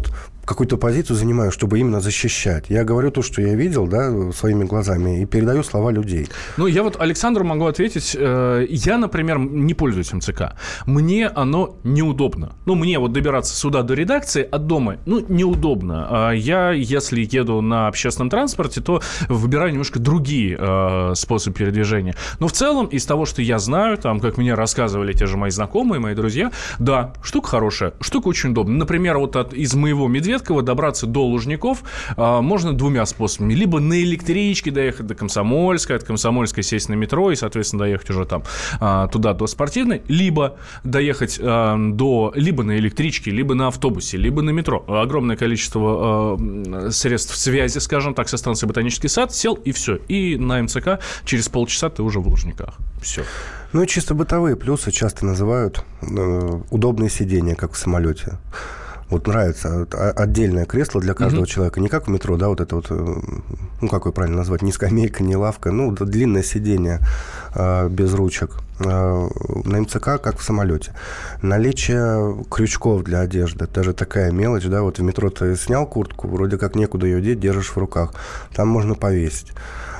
какую-то позицию занимаю, чтобы именно защищать. Я говорю то, что я видел, да, своими глазами, и передаю слова людей. Ну, я вот Александру могу ответить. Я, например, не пользуюсь МЦК. Мне оно неудобно. Ну, мне вот добираться сюда до редакции от дома, ну, неудобно. Я, если еду на общественном транспорте, то выбираю немножко другие способы передвижения. Но в целом, из того, что я знаю, там, как мне рассказывали те же мои знакомые, мои друзья, да, штука хорошая, штука очень удобная. Например, вот из моего Медведкова добраться до Лужников можно двумя способами. Либо на электричке доехать до Комсомольска, от Комсомольска сесть на метро и, соответственно, доехать уже там туда, до Спортивной, либо доехать либо на электричке, либо на автобусе, либо на метро. Огромное количество средств связи, скажем так, со станции Ботанический сад, сел и все. И на МЦК через полчаса ты уже в Лужниках. Все. Ну и чисто бытовые плюсы часто называют удобные сидения, как в самолете. Вот нравится отдельное кресло для каждого человека. Не как в метро, да, вот это вот, ну, как его правильно назвать, не скамейка, не лавка, ну, длинное сиденье без ручек. На МЦК, как в самолете. Наличие крючков для одежды, даже такая мелочь, да, вот в метро ты снял куртку, вроде как некуда ее деть, держишь в руках. Там можно повесить.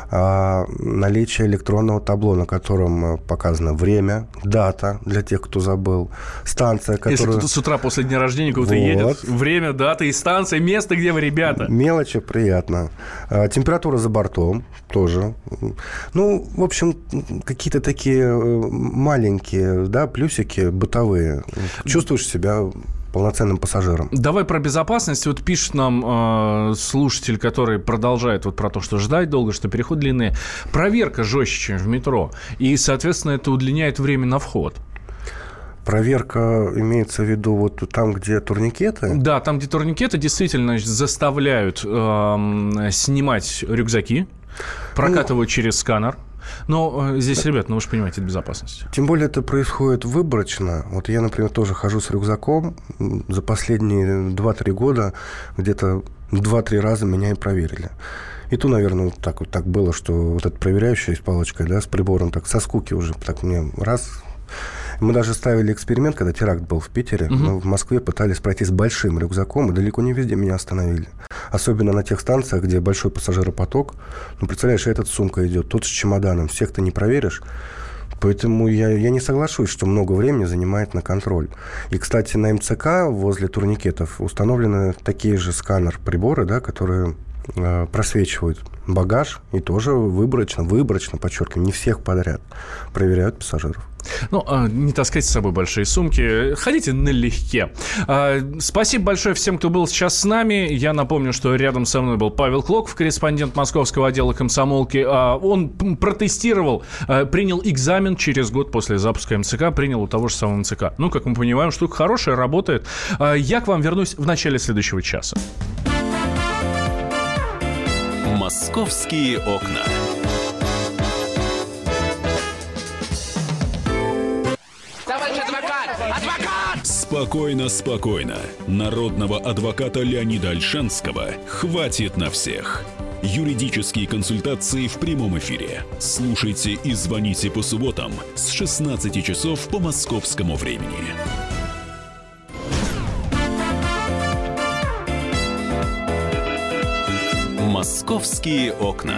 Наличие электронного табло, на котором показано время, дата для тех, кто забыл, станция, которая... Если кто-то с утра после дня рождения куда-то едет, время, дата и станция, место, где вы, ребята. Мелочи, приятно. Температура за бортом тоже. Ну, в общем, какие-то такие маленькие, да, плюсики бытовые. Чувствуешь себя полноценным пассажиром. Давай про безопасность. Вот пишет нам слушатель, который продолжает вот про то, что ждать долго, что переход длинный. Проверка жестче, чем в метро. И, соответственно, это удлиняет время на вход. Проверка имеется в виду вот там, где турникеты? Да, там, где турникеты, действительно заставляют снимать рюкзаки, прокатывают через сканер. Но здесь, ребят, ну вы же понимаете, это безопасность. Тем более это происходит выборочно. Вот я, например, тоже хожу с рюкзаком. За последние 2-3 года где-то 2-3 раза меня и проверили. И то, наверное, вот так было, что вот этот проверяющий с палочкой, да, с прибором, так со скуки уже, так мне раз... Мы даже ставили эксперимент, когда теракт был в Питере. Мы в Москве пытались пройти с большим рюкзаком, и далеко не везде меня остановили. Особенно на тех станциях, где большой пассажиропоток. Ну, представляешь, этот с сумкой идет, тот с чемоданом. Всех ты не проверишь. Поэтому я не соглашусь, что много времени занимает на контроль. И, кстати, на МЦК возле турникетов установлены такие же сканер-приборы, да, которые просвечивают багаж и тоже выборочно, подчеркиваю, не всех подряд проверяют пассажиров. Ну, не таскайте с собой большие сумки, ходите налегке. Спасибо большое всем, кто был сейчас с нами. Я напомню, что рядом со мной был Павел Клоков, корреспондент московского отдела комсомолки. Он протестировал, принял экзамен через год после запуска МЦК, принял у того же самого МЦК. Ну, как мы понимаем, штука хорошая, работает. Я к вам вернусь в начале следующего часа. «Московские окна». Товарищ адвокат! Адвокат! Спокойно, спокойно. Народного адвоката Леонида Ольшанского хватит на всех. Юридические консультации в прямом эфире. Слушайте и звоните по субботам с 16 часов по московскому времени. «Московские окна».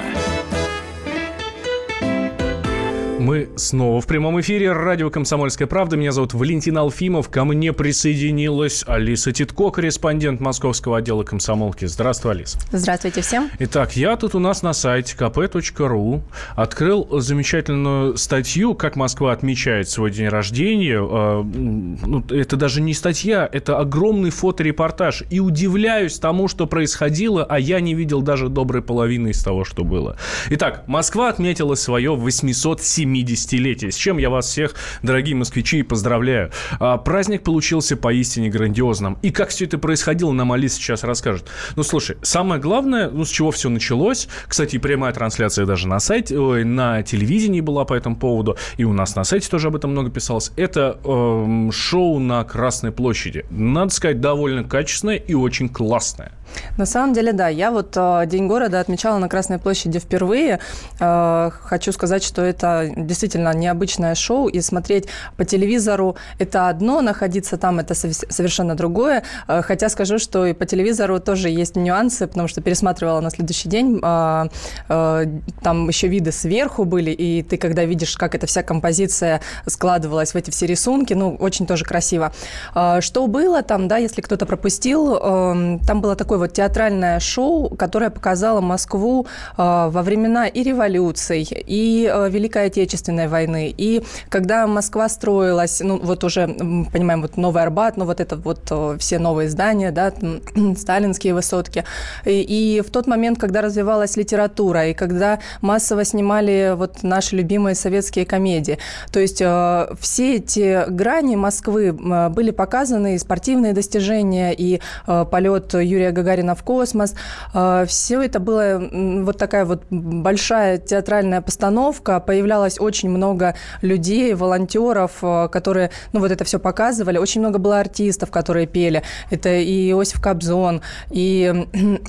Мы снова в прямом эфире. Радио «Комсомольская правда». Меня зовут Валентин Алфимов. Ко мне присоединилась Алиса Титко, корреспондент московского отдела комсомолки. Здравствуй, Алиса. Здравствуйте всем. Итак, я тут у нас на сайте kp.ru открыл замечательную статью, как Москва отмечает свой день рождения. Это даже не статья, это огромный фоторепортаж. И удивляюсь тому, что происходило, а я не видел даже доброй половины из того, что было. Итак, Москва отметила свое 870-летие, с чем я вас всех, дорогие москвичи, поздравляю. Праздник получился поистине грандиозным. И как все это происходило, нам Алиса сейчас расскажет. Ну, слушай, самое главное, с чего все началось, кстати, прямая трансляция даже на сайте, на телевидении была по этому поводу, и у нас на сайте тоже об этом много писалось, это шоу на Красной площади. Надо сказать, довольно качественное и очень классное. На самом деле, да. Я вот День города отмечала на Красной площади впервые. Хочу сказать, что это действительно необычное шоу, и смотреть по телевизору – это одно, находиться там – это совершенно другое. Хотя скажу, что и по телевизору тоже есть нюансы, потому что пересматривала на следующий день. Там еще виды сверху были, и ты, когда видишь, как эта вся композиция складывалась в эти все рисунки, очень тоже красиво. Что было там, да, если кто-то пропустил, там было такое вот театральное шоу, которое показало Москву во времена и революций, и Великой Отечественной войны, и когда Москва строилась, вот уже, понимаем, вот Новый Арбат, вот это вот все новые здания, да, сталинские высотки, и в тот момент, когда развивалась литература, и когда массово снимали вот наши любимые советские комедии, то есть все эти грани Москвы были показаны, и спортивные достижения, и полет Юрия Гагарина в космос. Все это было вот такая вот большая театральная постановка. Появлялось очень много людей, волонтеров, которые, вот это все показывали. Очень много было артистов, которые пели. Это и Иосиф Кобзон, и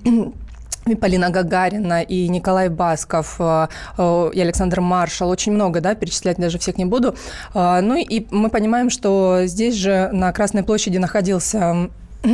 Полина Гагарина, и Николай Басков, и Александр Маршал. Очень много, да, перечислять даже всех не буду. И мы понимаем, что здесь же на Красной площади находился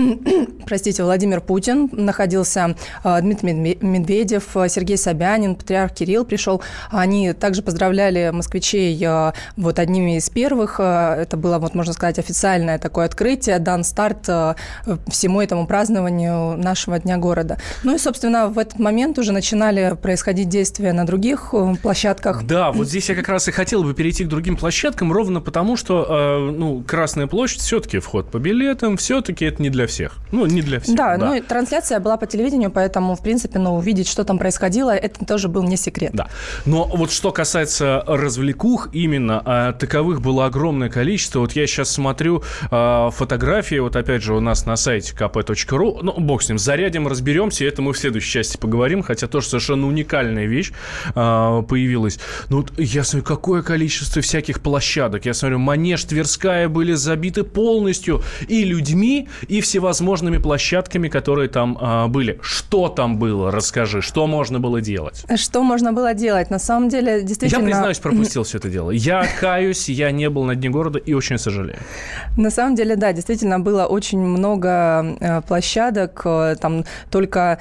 Владимир Путин, находился Дмитрий Медведев, Сергей Собянин, патриарх Кирилл пришел. Они также поздравляли москвичей вот одними из первых. Это было, вот можно сказать, официальное такое открытие, дан старт всему этому празднованию нашего Дня города. И, собственно, в этот момент уже начинали происходить действия на других площадках. Да, вот здесь я как раз и хотел бы перейти к другим площадкам, ровно потому, что Красная площадь все-таки вход по билетам, все-таки это не для всех. Не для всех. Да, и трансляция была по телевидению, поэтому, в принципе, увидеть, что там происходило, это тоже был не секрет. Да. Но вот что касается развлекух, именно таковых было огромное количество. Вот я сейчас смотрю фотографии, вот опять же у нас на сайте kp.ru, бог с ним, зарядим, разберемся, это мы в следующей части поговорим, хотя тоже совершенно уникальная вещь появилась. Я смотрю, какое количество всяких площадок. Я смотрю, Манеж, Тверская были забиты полностью и людьми, и всевозможными площадками, которые там были. Что там было? Расскажи, что можно было делать? Что можно было делать? На самом деле, действительно... Я, признаюсь, пропустил все это дело. Я каюсь, я не был на Дне города и очень сожалею. На самом деле, да, действительно было очень много площадок. Там только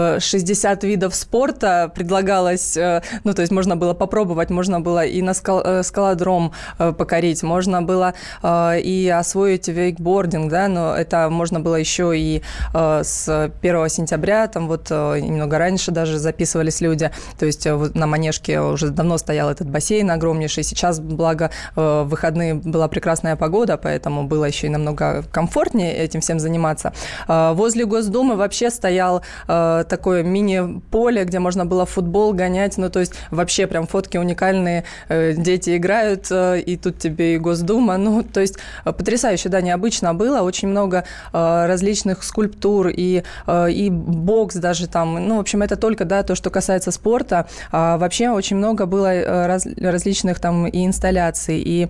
60 видов спорта предлагалось. То есть можно было попробовать, можно было и на скалодром покорить, можно было и освоить вейкбординг, да, но это можно было еще и с 1 сентября, там вот немного раньше даже записывались люди. То есть на Манежке уже давно стоял этот бассейн огромнейший. Сейчас, благо, в выходные была прекрасная погода, поэтому было еще и намного комфортнее этим всем заниматься. Возле Госдумы вообще стоял такое мини-поле, где можно было в футбол гонять. То есть вообще прям фотки уникальные. Дети играют, и тут тебе и Госдума. То есть потрясающе, да, необычно было. Очень много различных скульптур и бокс даже там. В общем, это только, да, то, что касается спорта. Вообще очень много было различных там и инсталляций, и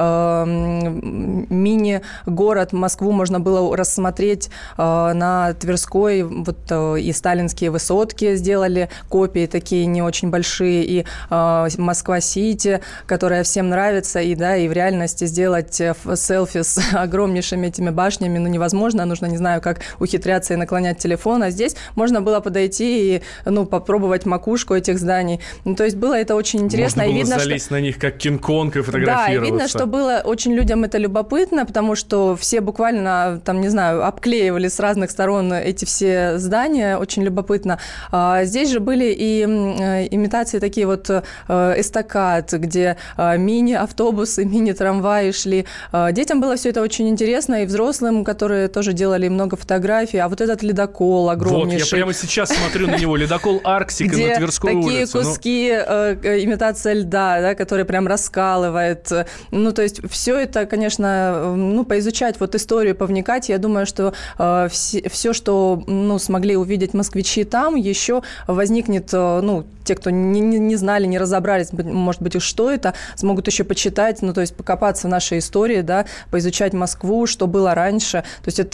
мини-город Москву можно было рассмотреть на Тверской. Вот и сталинские высотки сделали копии такие не очень большие, и Москва-Сити, которая всем нравится, и в реальности сделать селфи с огромнейшими этими башнями невозможно. Нужно, не знаю, как ухитряться и наклонять телефон. А здесь можно было подойти и попробовать макушку этих зданий. То есть было это очень интересно. Можно было видно, залезть на них как Кинг-Конг и фотографироваться. Да, и видно, что было очень людям это любопытно, потому что все буквально, там, не знаю, обклеивали с разных сторон эти все здания. Очень любопытно. Здесь же были и имитации такие вот эстакад, где мини-автобусы, мини-трамваи шли. Детям было все это очень интересно, и взрослым, которые тоже делали много фотографий. А вот этот ледокол огромнейший. Вот, я прямо сейчас смотрю на него. Ледокол Арктика на Тверской улице. Такие куски, имитация льда, да, который прям раскалывает. То есть все это, конечно, поизучать вот историю, повникать. Я думаю, что все, что смогли увидеть москвичи там, еще возникнет, те, кто не знали, не разобрались, может быть, что это, смогут еще почитать, то есть покопаться в нашей истории, да, поизучать Москву, что было раньше. То есть это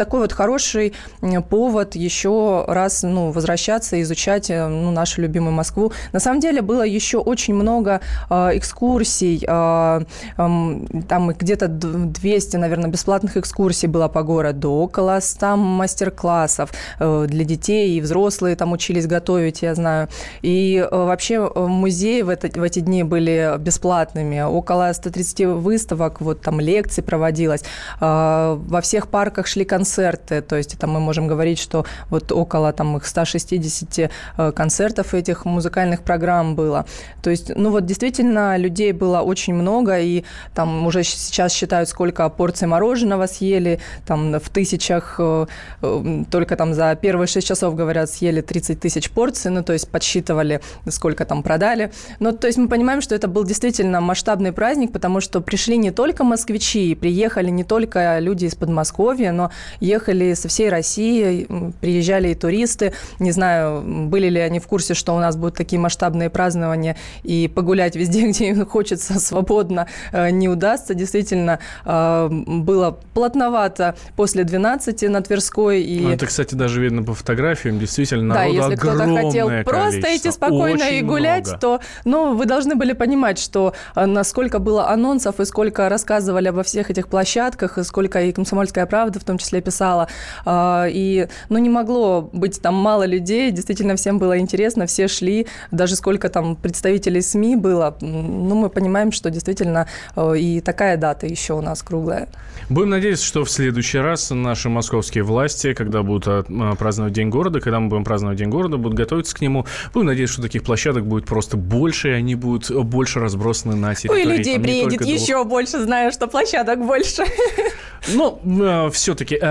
такой вот хороший повод еще раз возвращаться, изучать нашу любимую Москву. На самом деле было еще очень много экскурсий, там где-то 200, наверное, бесплатных экскурсий было по городу, около 100 мастер-классов для детей, и взрослые там учились готовить, я знаю. И вообще музеи в эти дни были бесплатными, около 130 выставок, вот там лекций проводилось, во всех парках шли концерты, то есть там мы можем говорить, что вот около там их 160 концертов этих музыкальных программ было. То есть, действительно, людей было очень много, и там уже сейчас считают, сколько порций мороженого съели, там в тысячах, только там за первые 6 часов, говорят, съели 30 тысяч порций, то есть подсчитывали, сколько там продали. То есть мы понимаем, что это был действительно масштабный праздник, потому что пришли не только москвичи, приехали не только люди из Подмосковья, но ехали со всей России, приезжали и туристы. Не знаю, были ли они в курсе, что у нас будут такие масштабные празднования, и погулять везде, где им хочется, свободно не удастся. Действительно, было плотновато после 12 на Тверской. И... Это, кстати, даже видно по фотографиям. Действительно, народу если кто-то хотел просто идти спокойно очень и гулять, много. То вы должны были понимать, что насколько было анонсов и сколько рассказывали обо всех этих площадках, и сколько и «Комсомольская правда» в том числе писала. И не могло быть там мало людей. Действительно, всем было интересно, все шли. Даже сколько там представителей СМИ было. Мы понимаем, что действительно и такая дата еще у нас круглая. Будем надеяться, что в следующий раз наши московские власти, когда будут праздновать День города, когда мы будем праздновать День города, будут готовиться к нему. Будем надеяться, что таких площадок будет просто больше, и они будут больше разбросаны на территории. И людей приедет еще больше, знаю, что площадок больше. Все-таки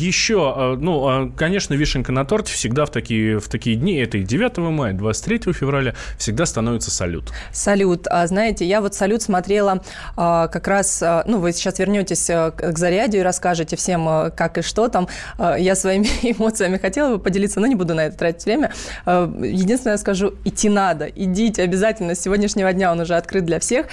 еще, конечно, вишенка на торте всегда в такие дни, это и 9 мая, 23 февраля, всегда становится салют. Салют. Знаете, я вот салют смотрела как раз, вы сейчас вернетесь к Зарядью и расскажете всем, как и что там. Я своими эмоциями хотела бы поделиться, но не буду на это тратить время. Единственное, скажу, идти надо. Идите обязательно. С сегодняшнего дня он уже открыт для всех.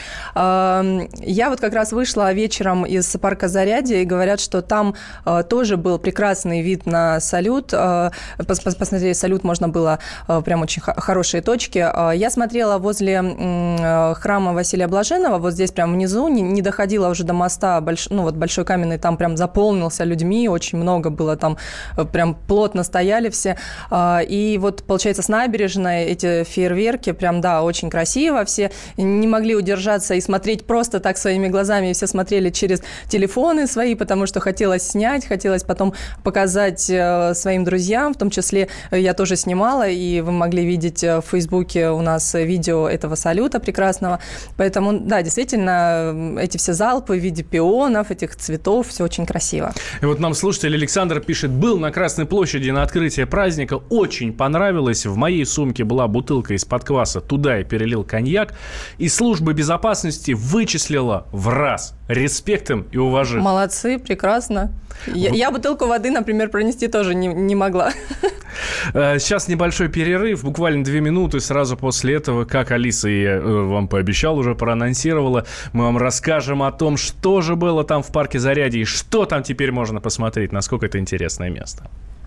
Я вот как раз вышла вечером из парка Зарядье, и говорят, что там тоже был прекрасный вид на салют. Посмотреть салют можно было, прям очень хорошие точки. Я смотрела возле храма Василия Блаженного, вот здесь прям внизу, не доходила уже до моста, большой каменный, там прям заполнился людьми, очень много было там, прям плотно стояли все. И вот, получается, с набережной эти фейерверки, прям, да, очень красиво, все не могли удержаться и смотреть просто так своими глазами, и все смотрели через телефоны свои, потому что хотелось снять, хотелось потом показать своим друзьям, в том числе я тоже снимала, и вы могли видеть в Фейсбуке у нас видео этого салюта прекрасного. Поэтому, да, действительно, эти все залпы в виде пионов, этих цветов, все очень красиво. И вот нам слушатель Александр пишет: был на Красной площади на открытие праздника, очень понравилось, в моей сумке была бутылка из-под кваса, туда я перелил коньяк, и служба безопасности вычислила в раз. Респект им и уважение. Молодцы, прекрасно. Я бутылку воды, например, пронести тоже не могла. Сейчас небольшой перерыв, буквально 2 минуты. Сразу после этого, как Алиса и вам пообещал, уже проанонсировала, мы вам расскажем о том, что же было там в парке Зарядье и что там теперь можно посмотреть, насколько это интересное место.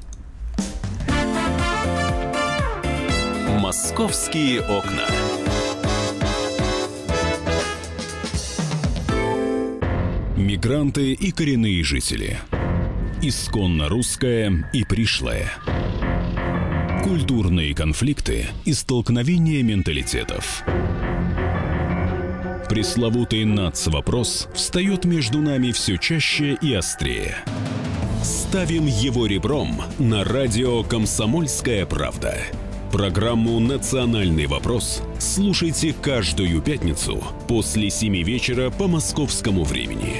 Московские окна. Мигранты и коренные жители. Исконно русское и пришлое. Культурные конфликты и столкновения менталитетов. Пресловутый НАЦ-вопрос встает между нами все чаще и острее. Ставим его ребром на радио «Комсомольская правда». Программу «Национальный вопрос» слушайте каждую пятницу после 7 вечера по московскому времени.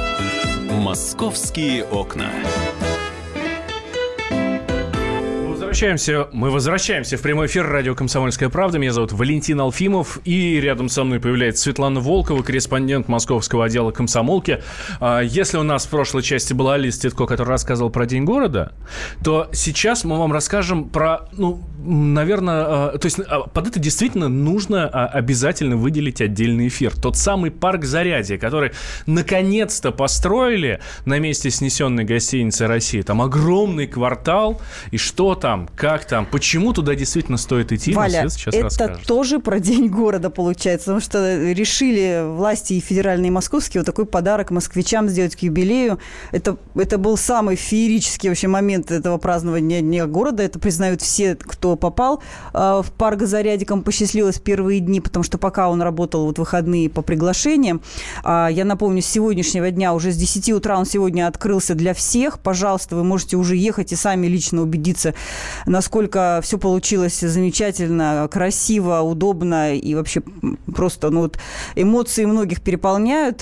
«Московские окна». возвращаемся в прямой эфир радио «Комсомольская правда». Меня зовут Валентин Алфимов, и рядом со мной появляется Светлана Волкова, корреспондент московского отдела «Комсомолки». Если у нас в прошлой части была Алиса Титко, которая рассказывала про День города, то сейчас мы вам расскажем про, наверное, то есть под это действительно нужно обязательно выделить отдельный эфир. Тот самый парк Зарядье, который наконец-то построили на месте снесенной гостиницы «Россия». Там огромный квартал, и что там, как там, почему туда действительно стоит идти, Валя, сейчас это расскажет. тоже про День города получается, потому что решили власти и федеральные, и московские вот такой подарок москвичам сделать к юбилею. Это был самый феерический вообще момент этого празднования Дня города. Это признают все, кто попал в парк Зарядье, кому посчастливилось в первые дни, потому что пока он работал вот выходные по приглашениям. Я напомню, с сегодняшнего дня, уже с 10 утра он сегодня открылся для всех. Пожалуйста, вы можете уже ехать и сами лично убедиться, насколько все получилось замечательно, красиво, удобно и вообще просто эмоции многих переполняют.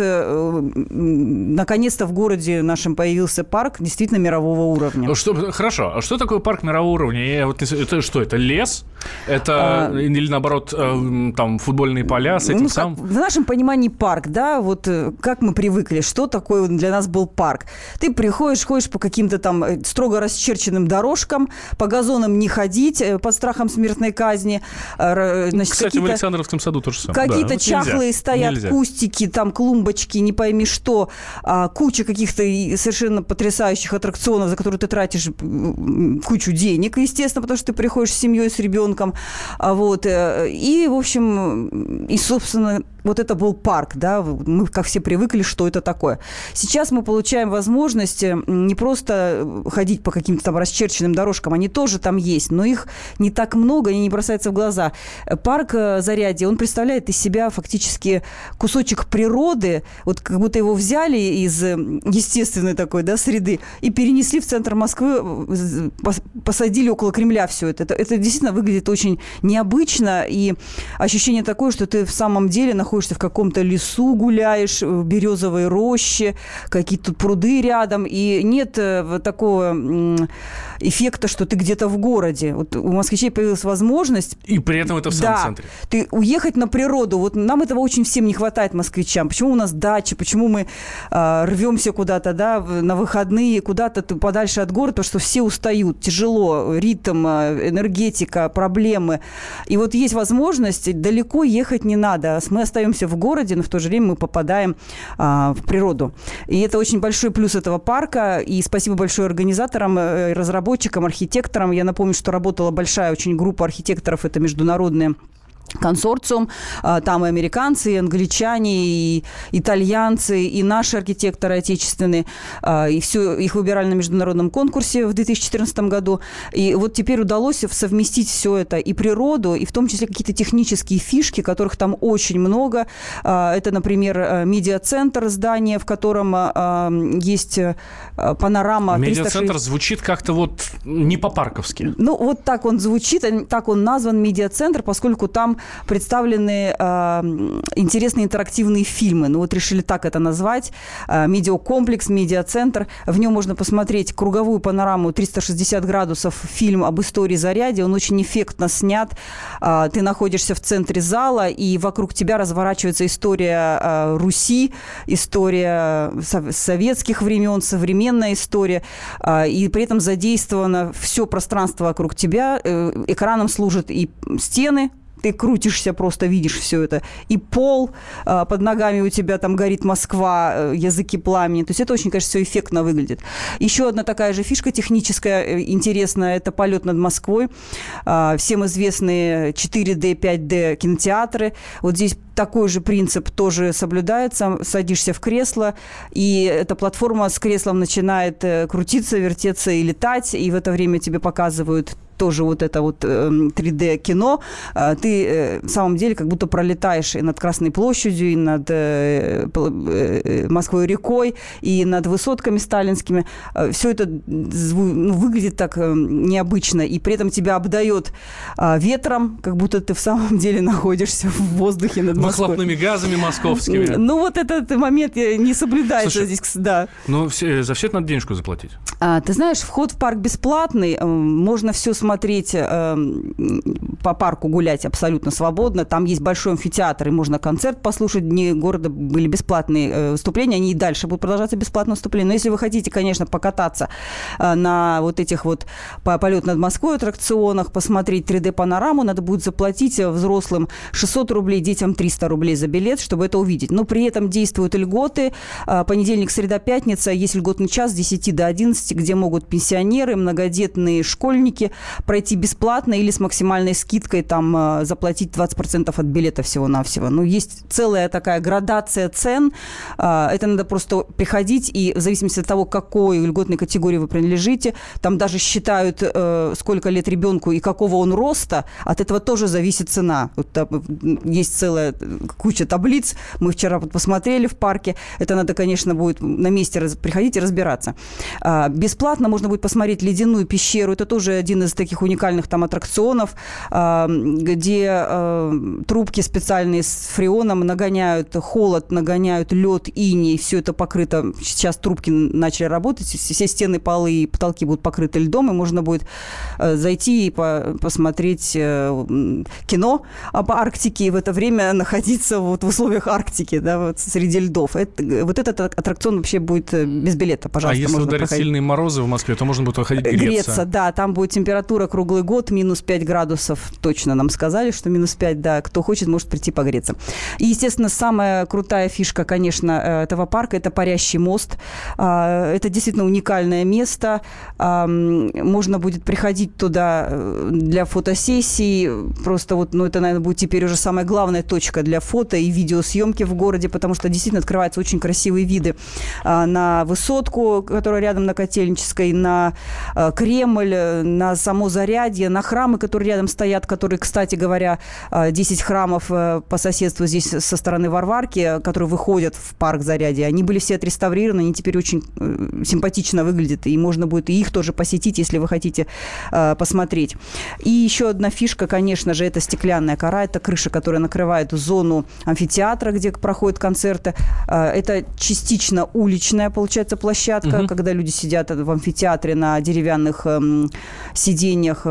Наконец-то в городе нашем появился парк действительно мирового уровня. Хорошо, а что такое парк мирового уровня? Это что, это лес? Это или наоборот там футбольные поля с этим самым? В нашем понимании парк, да, вот как мы привыкли, что такое для нас был парк. Ты приходишь, ходишь по каким-то там строго расчерченным дорожкам, по газонам не ходить, под страхом смертной казни. Значит, кстати, в Александровском саду то же самое. Какие-то чахлые стоят кустики, там клумбочки, не пойми что, куча каких-то совершенно потрясающих аттракционов, за которые ты тратишь кучу денег, естественно, потому что ты приходишь с семьей, с ребенком. Вот. И, в общем, собственно, вот это был парк, да, мы как все привыкли, что это такое. Сейчас мы получаем возможность не просто ходить по каким-то там расчерченным дорожкам, они тоже там есть, но их не так много, они не бросаются в глаза. Парк Зарядье, он представляет из себя фактически кусочек природы, вот как будто его взяли из естественной такой, да, среды и перенесли в центр Москвы, посадили около Кремля все это. Это действительно выглядит очень необычно, и ощущение такое, что ты в самом деле находишься в каком-то лесу, гуляешь, в березовой роще, какие-то пруды рядом, и нет такого эффекта, что ты где-то в городе. Вот у москвичей появилась возможность... И при этом это в самом центре. Ты уехать на природу. Вот нам этого очень всем не хватает, москвичам. Почему у нас дачи, почему мы рвемся куда-то, да, на выходные, куда-то подальше от города, потому что все устают, тяжело, ритм, энергетика, проблемы. И вот есть возможность, далеко ехать не надо. Мы остаемся в городе, но в то же время мы попадаем в природу. И это очень большой плюс этого парка. И спасибо большое организаторам, разработчикам, архитекторам. Я напомню, что работала большая очень группа архитекторов, это международные консорциум, там и американцы, и англичане, и итальянцы, и наши архитекторы отечественные, и все их выбирали на международном конкурсе в 2014 году. И вот теперь удалось совместить все это, и природу, и в том числе какие-то технические фишки, которых там очень много. Это, например, медиацентр, здание, в котором есть панорама. Медиацентр звучит как-то вот не по-парковски. Ну, вот так он звучит, так он назван медиацентр, поскольку там представлены интересные интерактивные фильмы. Ну, вот решили так это назвать. Медиакомплекс, медиацентр. В нем можно посмотреть круговую панораму 360 градусов, фильм об истории Зарядье. Он очень эффектно снят. Ты находишься в центре зала, и вокруг тебя разворачивается история Руси, история советских времен, современная история. И при этом задействовано все пространство вокруг тебя. Экраном служат и стены, ты крутишься, просто видишь все это. И пол, под ногами у тебя там горит Москва, языки пламени. То есть это очень, конечно, все эффектно выглядит. Еще одна такая же фишка техническая, интересная, это полет над Москвой. Всем известные 4D, 5D кинотеатры. Вот здесь такой же принцип тоже соблюдается. Садишься в кресло, и эта платформа с креслом начинает крутиться, вертеться и летать, и в это время тебе показывают тоже вот это вот 3D-кино. Ты в самом деле как будто пролетаешь и над Красной площадью, и над Москвой-рекой, и над высотками сталинскими. Все это выглядит так необычно, и при этом тебя обдает ветром, как будто ты в самом деле находишься в воздухе над Москвой. Выхлопными газами московскими. Ну, вот этот момент не соблюдается. Слушай, здесь, да. Ну, за все это надо денежку заплатить. Ты знаешь, вход в парк бесплатный, можно все смотреть посмотреть, по парку гулять абсолютно свободно. Там есть большой амфитеатр, и можно концерт послушать. Дни города были бесплатные выступления, они и дальше будут продолжаться бесплатные выступления. Но если вы хотите, конечно, покататься на вот этих вот полет над Москвой аттракционах, посмотреть 3D-панораму, надо будет заплатить взрослым 600 рублей, детям 300 рублей за билет, чтобы это увидеть. Но при этом действуют льготы. Понедельник, среда, пятница. Есть льготный час с 10 до 11, где могут пенсионеры, многодетные школьники пройти бесплатно или с максимальной скидкой там заплатить 20% от билета всего-навсего. Ну, есть целая такая градация цен. Это надо просто приходить, и в зависимости от того, к какой льготной категории вы принадлежите, там даже считают, сколько лет ребенку и какого он роста, от этого тоже зависит цена. Вот, есть целая куча таблиц, мы вчера посмотрели в парке, это надо, конечно, будет на месте приходить и разбираться. Бесплатно можно будет посмотреть ледяную пещеру, это тоже один из таких уникальных там аттракционов, где трубки специальные с фреоном нагоняют холод, нагоняют лед, иней, все это покрыто, сейчас трубки начали работать, все стены, полы и потолки будут покрыты льдом, и можно будет зайти и посмотреть кино об Арктике, и в это время находиться вот в условиях Арктики, да, вот среди льдов. Вот этот аттракцион вообще будет без билета, пожалуйста. А если ударить сильные морозы в Москве, то можно будет выходить греться? Греться, да, там будет температура круглый год, минус 5 градусов, точно нам сказали, что минус 5, да, кто хочет, может прийти погреться. И, естественно, самая крутая фишка, конечно, этого парка – это парящий мост. Это действительно уникальное место. Можно будет приходить туда для фотосессий. Просто вот, ну, это, наверное, будет теперь уже самая главная точка для фото и видеосъемки в городе, потому что действительно открываются очень красивые виды на высотку, которая рядом на Котельнической, на Кремль, на само Зарядье, на храмы, которые рядом стоят, которые, кстати говоря, 10 храмов по соседству здесь со стороны Варварки, которые выходят в парк Зарядье, они были все отреставрированы, они теперь очень симпатично выглядят, и можно будет и их тоже посетить, если вы хотите посмотреть. И еще одна фишка, конечно же, это стеклянная кора, это крыша, которая накрывает зону амфитеатра, где проходят концерты. Это частично уличная, получается, площадка, когда люди сидят в амфитеатре на деревянных сиденьях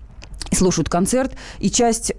и слушают концерт. И часть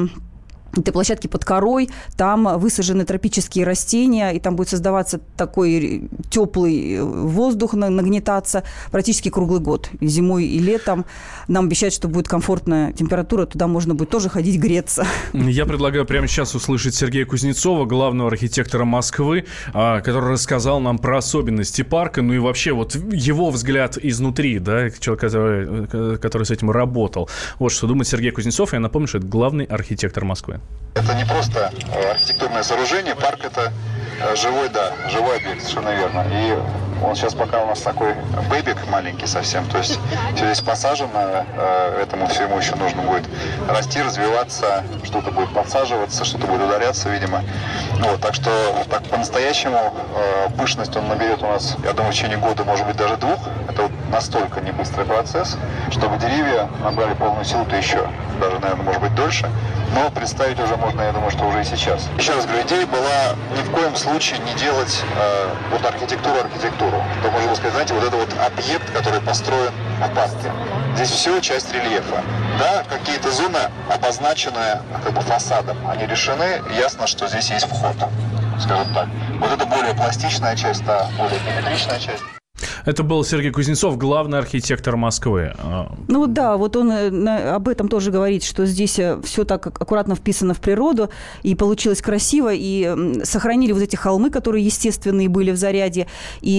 этой площадки под корой, там высажены тропические растения, и там будет создаваться такой теплый воздух, нагнетаться практически круглый год. И зимой и летом нам обещают, что будет комфортная температура, туда можно будет тоже ходить греться. Я предлагаю прямо сейчас услышать Сергея Кузнецова, главного архитектора Москвы, который рассказал нам про особенности парка, ну и вообще вот его взгляд изнутри, да, человек, который с этим работал. Вот что думает Сергей Кузнецов, я напомню, что это главный архитектор Москвы. Это не просто архитектурное сооружение, парк это живой объект, совершенно верно. И он сейчас пока у нас такой бэбик маленький совсем, то есть все здесь посажено, этому всему еще нужно будет расти, развиваться, что-то будет подсаживаться, что-то будет ударяться, видимо. Ну, вот, так что так по-настоящему пышность он наберет у нас, я думаю, в течение года, может быть, даже 2. Это вот настолько не быстрый процесс, чтобы деревья набрали полную силу, то еще даже, наверное, может быть, дольше. Но представить уже можно, я думаю, что уже и сейчас. Еще раз говорю, идея была ни в коем случае не делать вот архитектуру. То можно сказать, знаете, вот это вот объект, который построен в парке. Здесь все часть рельефа. Да, какие-то зоны обозначены как бы фасадом, они решены, ясно, что здесь есть вход, скажем так. Вот это более пластичная часть, та более геометричная часть. Это был Сергей Кузнецов, главный архитектор Москвы. Ну да, вот он об этом тоже говорит, что здесь все так аккуратно вписано в природу, и получилось красиво, и сохранили вот эти холмы, которые естественные были в Зарядье,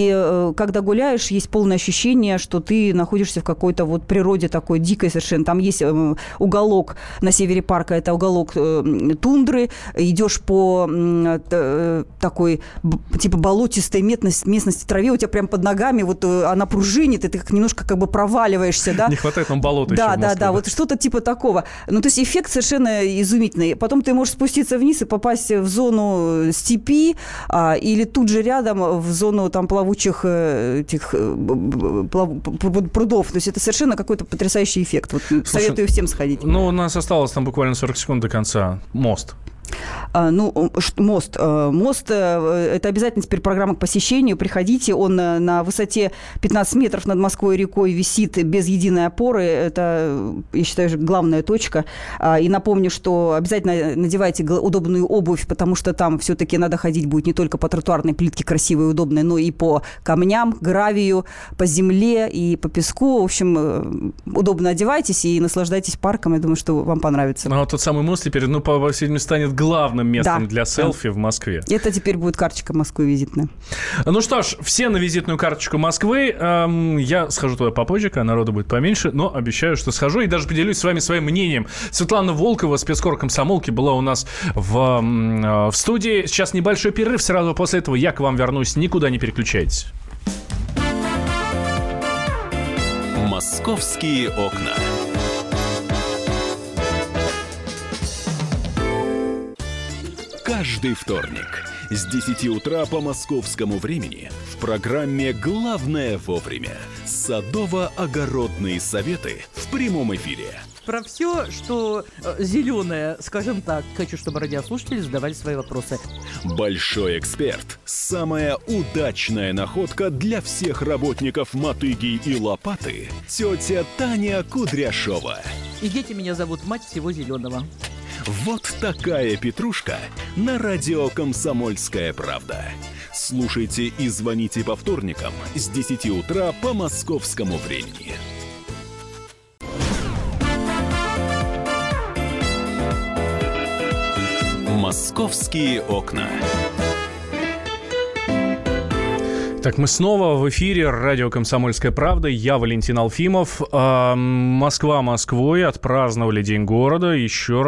и когда гуляешь, есть полное ощущение, что ты находишься в какой-то вот природе такой дикой совершенно. Там есть уголок на севере парка, это уголок тундры, идешь по такой типа болотистой местности траве, у тебя прям под ногами вот она пружинит, и ты немножко как бы проваливаешься, да? Не хватает нам болота да, еще. Да, вот что-то типа такого. Ну, то есть эффект совершенно изумительный. Потом ты можешь спуститься вниз и попасть в зону степи, или тут же рядом в зону там плавучих этих прудов. То есть это совершенно какой-то потрясающий эффект. Вот, советую всем сходить. Ну, у нас осталось там буквально 40 секунд до конца. Мост. Мост. Мост – это обязательно теперь программа к посещению. Приходите, он на высоте 15 метров над Москвой рекой висит без единой опоры. Это, я считаю, главная точка. И напомню, что обязательно надевайте удобную обувь, потому что там все-таки надо ходить будет не только по тротуарной плитке красивой и удобной, но и по камням, гравию, по земле и по песку. В общем, удобно одевайтесь и наслаждайтесь парком. Я думаю, что вам понравится. Ну, а тот самый мост теперь, по всей видимости, станет главным местом для селфи в Москве. Это теперь будет карточка Москвы визитная. Ну что ж, все на визитную карточку Москвы. Я схожу туда попозже, когда народу будет поменьше, но обещаю, что схожу и даже поделюсь с вами своим мнением. Светлана Волкова, спецкор комсомолки, была у нас в студии. Сейчас небольшой перерыв, сразу после этого я к вам вернусь. Никуда не переключайтесь. «Московские окна». Каждый вторник с 10 утра по московскому времени в программе «Главное вовремя» садово-огородные советы в прямом эфире. Про все, что зеленое, скажем так, хочу, чтобы радиослушатели задавали свои вопросы. Большой эксперт. Самая удачная находка для всех работников мотыги и лопаты. Тетя Таня Кудряшова. И дети меня зовут мать всего зеленого. Вот такая петрушка на радио «Комсомольская правда». Слушайте и звоните по вторникам с 10 утра по московскому времени. «Московские окна». Так, мы снова в эфире. Радио «Комсомольская правда». Я Валентин Алфимов. Москва Москвой. Отпраздновали День города. Еще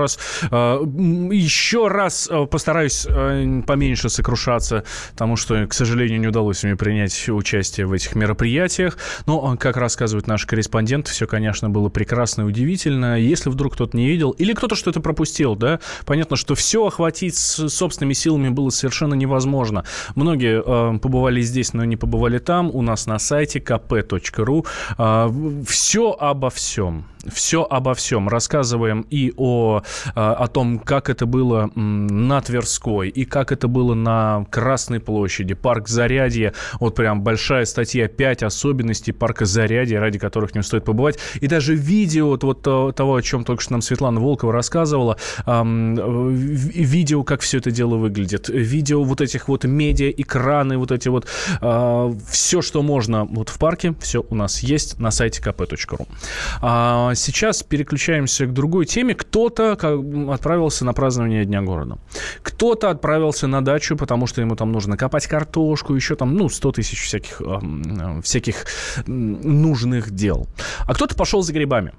раз постараюсь поменьше сокрушаться, потому что, к сожалению, не удалось мне принять участие в этих мероприятиях. Но, как рассказывают наши корреспонденты, все, конечно, было прекрасно и удивительно. Если вдруг кто-то не видел или кто-то что-то пропустил, да, понятно, что все охватить собственными силами было совершенно невозможно. Многие побывали здесь, но не побывали там. У нас на сайте kp.ru все обо всем. Все обо всем. Рассказываем и о том, как это было на Тверской, и как это было на Красной площади. Парк Зарядье. Вот прям большая статья, 5 особенностей парка Зарядье, ради которых не стоит побывать. И даже видео вот того, о чем только что нам Светлана Волкова рассказывала. Видео, как все это дело выглядит. Видео вот этих вот медиа-экраны, вот эти вот все, что можно вот в парке, все у нас есть на сайте kp.ru. Сейчас переключаемся к другой теме. Кто-то отправился на празднование Дня города. Кто-то отправился на дачу, потому что ему там нужно копать картошку, еще там, 100 тысяч всяких нужных дел. А кто-то пошел за грибами.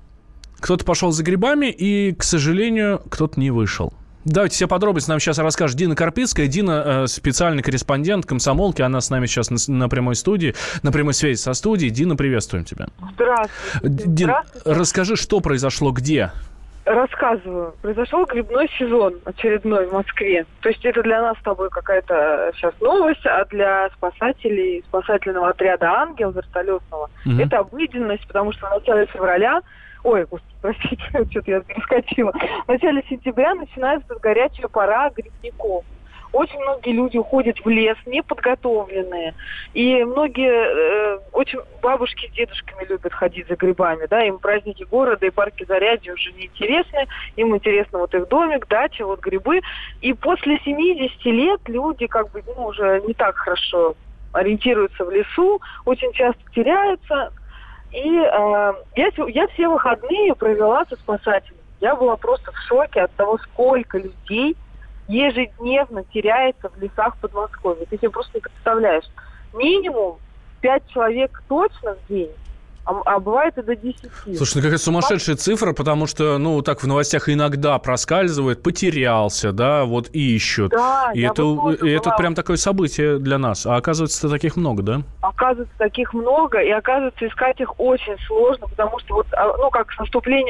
И, к сожалению, кто-то не вышел. Давайте все подробности нам сейчас расскажет Дина Карпицкая. Дина специальный корреспондент комсомолки. Она с нами сейчас на прямой связи со студией. Дина, приветствуем тебя. Здравствуйте. Дина, расскажи, что произошло, где? Рассказываю. Произошел грибной сезон очередной в Москве. То есть это для нас с тобой какая-то сейчас новость, а для спасателей спасательного отряда «Ангел» вертолетного это обыденность, потому что в начале февраля простите, что-то я перескочила. В начале сентября начинается горячая пора грибников. Очень многие люди уходят в лес, неподготовленные. И многие, очень бабушки с дедушками любят ходить за грибами. Да? Им праздники города и парки Зарядье уже не интересны. Им интересно вот их домик, дача, вот грибы. И после 70 лет люди уже не так хорошо ориентируются в лесу, очень часто теряются. И я все выходные провела со спасателями. Я была просто в шоке от того, сколько людей ежедневно теряется в лесах Подмосковья. Ты себе просто не представляешь. Минимум 5 человек точно в день, а бывает и до 10. Слушай, какая сумасшедшая цифра, потому что, так в новостях иногда проскальзывает, потерялся, да, вот ищут. Да, и это прям такое событие для нас. А оказывается, таких много, да? Оказывается, таких много, и оказывается, искать их очень сложно, потому что как с наступлением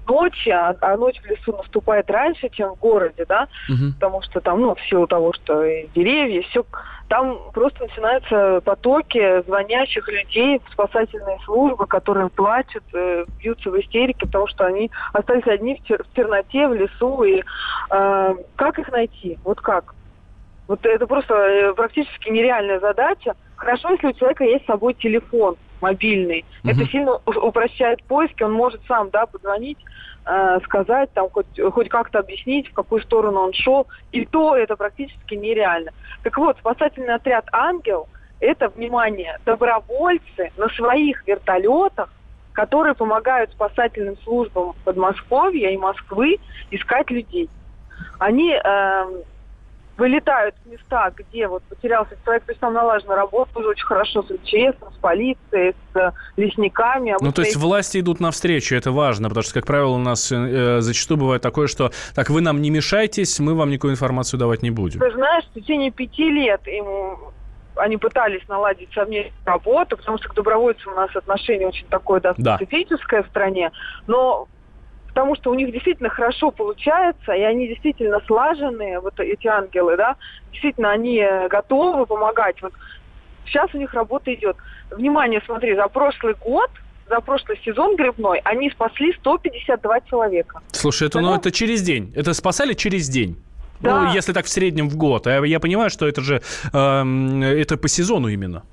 ночи, а ночь в лесу наступает раньше, чем в городе, да, потому что там, ну, в силу того, что и деревья, все, там просто начинаются потоки звонящих людей в спасательные службы, которые плачут, бьются в истерике, потому что они остались одни в темноте, в лесу, и как их найти? Вот как? Вот это просто практически нереальная задача. Хорошо, если у человека есть с собой телефон мобильный. Это сильно упрощает поиски, он может сам, да, позвонить, сказать, там, хоть как-то объяснить, в какую сторону он шел, и то это практически нереально. Так вот, спасательный отряд «Ангел» — это, внимание, добровольцы на своих вертолетах, которые помогают спасательным службам Подмосковья и Москвы искать людей. Они вылетают в места, где вот потерялся человек, то есть там налажена работа уже очень хорошо с МЧС, с полицией, с лесниками. Ну, то есть власти идут навстречу, это важно, потому что, как правило, у нас зачастую бывает такое, что так, вы нам не мешайтесь, мы вам никакую информацию давать не будем. Ты знаешь, в течение 5 лет они пытались наладить совместную работу, потому что к добровольцам у нас отношение очень такое, да, специфическое в стране, но потому что у них действительно хорошо получается, и они действительно слаженные, вот эти ангелы, да, действительно они готовы помогать. Вот сейчас у них работа идет. Внимание, смотри, за прошлый год, за прошлый сезон грибной, они спасли 152 человека. Слушай, это через день. Это спасали через день. Да. Ну, если так в среднем в год. Я понимаю, что это же это по сезону именно.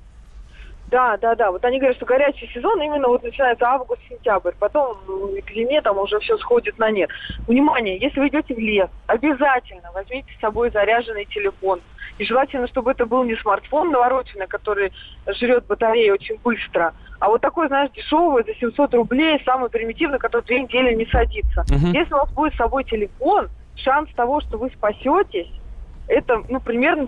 Да. Вот они говорят, что горячий сезон именно вот начинается август-сентябрь. Потом к зиме там уже все сходит на нет. Внимание, если вы идете в лес, обязательно возьмите с собой заряженный телефон. И желательно, чтобы это был не смартфон навороченный, который жрет батарею очень быстро, а вот такой, знаешь, дешевый, за 700 рублей, самый примитивный, который 2 недели не садится. Если у вас будет с собой телефон, шанс того, что вы спасетесь, это, примерно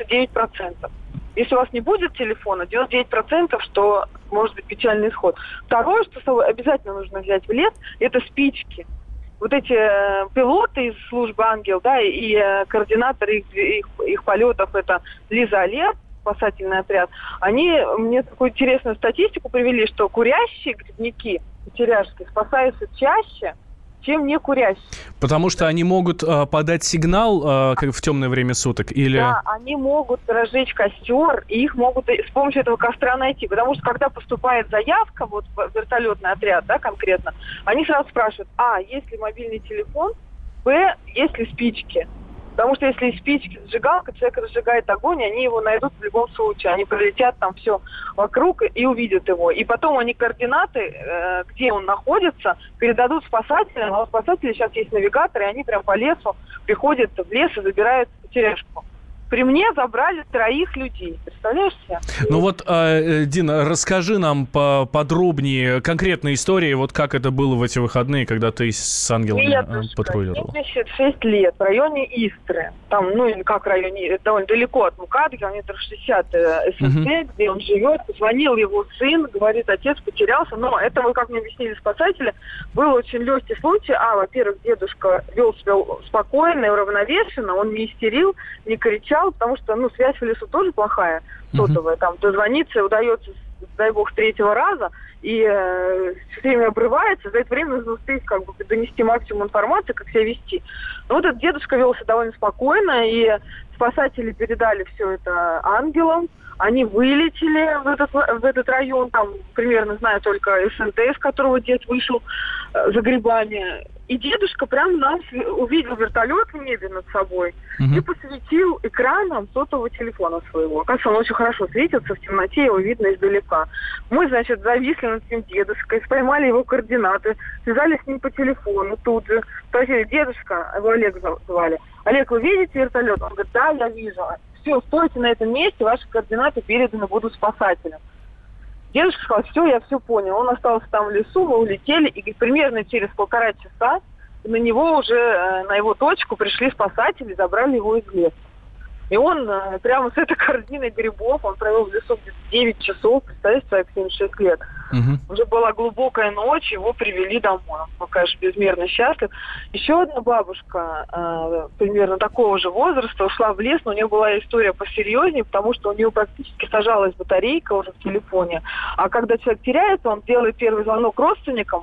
99%. Если у вас не будет телефона, 99%, что может быть печальный исход. Второе, что с собой обязательно нужно взять в лес, это спички. Вот эти пилоты из службы «Ангел», да, и координаторы их полетов, это Лиза Алерт, спасательный отряд, они мне такую интересную статистику привели, что курящие грибники, потеряшки, спасаются чаще, чем не курящие. Потому что они могут подать сигнал как в темное время суток? Или... Да, они могут разжечь костер, и их могут с помощью этого костра найти. Потому что когда поступает заявка, вот в вертолетный отряд, да, конкретно, они сразу спрашивают, есть ли мобильный телефон, б, есть ли спички. Потому что если спички, зажигалка, человек разжигает огонь, они его найдут в любом случае. Они пролетят там все вокруг и увидят его. И потом они координаты, где он находится, передадут спасателям. А у спасателей сейчас есть навигаторы, и они прям по лесу приходят в лес и забирают потеряшку. При мне забрали 3 людей. Представляешь себе? Ну вот, Дина, расскажи нам подробнее конкретные истории, вот как это было в эти выходные, когда ты с ангелами патрулировал. 76 лет в районе Истры. Там, как в районе, это довольно далеко от МКАД, километров 60 ССС, где он живет. Позвонил его сын, говорит, отец потерялся. Но это, как мне объяснили спасатели, был очень легкий случай. Во-первых, дедушка вел себя спокойно и уравновешенно, он не истерил, не кричал, потому что, связь в лесу тоже плохая, сотовая. Там дозвониться удается, дай бог, с 3-го раза, и все время обрывается. За это время нужно успеть донести максимум информации, как себя вести. Но вот этот дедушка вел себя довольно спокойно, и спасатели передали все это ангелам. Они вылетели в этот район, там примерно знаю только СНТ, с которого дед вышел за грибами. И дедушка прям нас увидел вертолет в небе над собой и посветил экраном сотового телефона своего. Оказывается, он очень хорошо светится в темноте, его видно издалека. Мы, зависли над этим дедушкой, поймали его координаты, связались с ним по телефону тут же. Спросили, дедушка, его Олег звали, Олег, вы видите вертолет? Он говорит, да, я вижу. Все, стойте на этом месте, ваши координаты переданы будут спасателям. Дедушка сказал, все, я все понял. Он остался там в лесу, мы улетели, и примерно через 1,5 часа на него уже, на его точку пришли спасатели, забрали его из леса. И он прямо с этой корзиной грибов, он провел в лесу где-то 9 часов, представляете, человек 76 лет. Уже была глубокая ночь, его привели домой. Он, конечно, безмерно счастлив. Еще одна бабушка, примерно такого же возраста, ушла в лес, но у нее была история посерьезнее, потому что у нее практически сажалась батарейка уже в телефоне. А когда человек теряется, он делает первый звонок родственникам,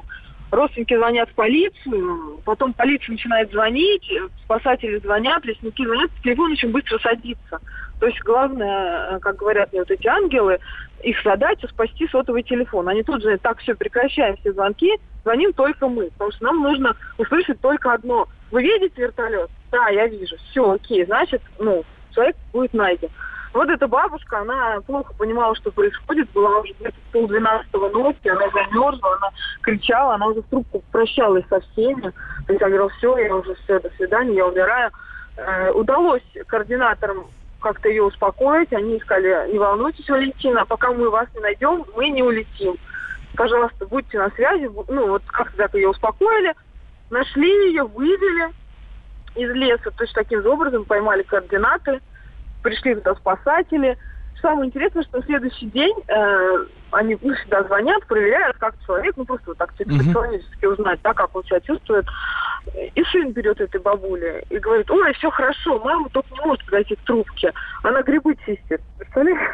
родственники звонят в полицию, потом полиция начинает звонить, спасатели звонят, лесники звонят, телефон очень быстро садится. То есть главное, как говорят мне вот эти ангелы, их задача спасти сотовый телефон. Они тут же: так, все, прекращаем все звонки, звоним только мы, потому что нам нужно услышать только одно: вы видите вертолет? Да, я вижу. Все, окей, значит, человек будет найден. Вот эта бабушка, она плохо понимала, что происходит, была уже где-то 12:30 ночи, она замерзла, она кричала, она уже в трубку прощалась со всеми. То есть я говорила: все, я уже все, до свидания, я умираю. Удалось координаторам как-то ее успокоить, они сказали: не волнуйтесь, Валентина, пока мы вас не найдем, мы не улетим. Пожалуйста, будьте на связи. Вот как-то так ее успокоили, нашли ее, вывели из леса, точно таким же образом поймали координаты. Пришли туда спасатели. Самое интересное, что на следующий день они всегда звонят, проверяют, как человек, просто вот так человечески узнать, да, как он себя чувствует. И сын берет этой бабули и говорит: ой, все хорошо, мама только не может подойти к трубке. Она грибы чистит. Представляешь?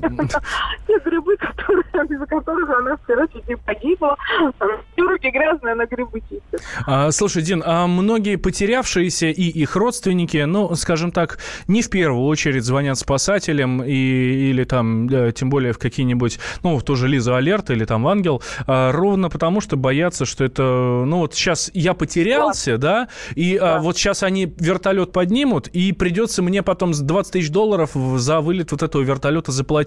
Те грибы, из-за которых она вчера чуть не погибла. Все руки грязные, она грибы чистит. Слушай, Дин, а многие потерявшиеся и их родственники, скажем так, не в первую очередь звонят спасателям или там, тем более в какие-нибудь, в ту же Лизу Алерт или там в Ангел, ровно потому, что боятся, что это, вот сейчас я потерялся, да, и вот сейчас они вертолет поднимут, и придется мне потом $20 000 за вылет вот этого вертолета заплатить.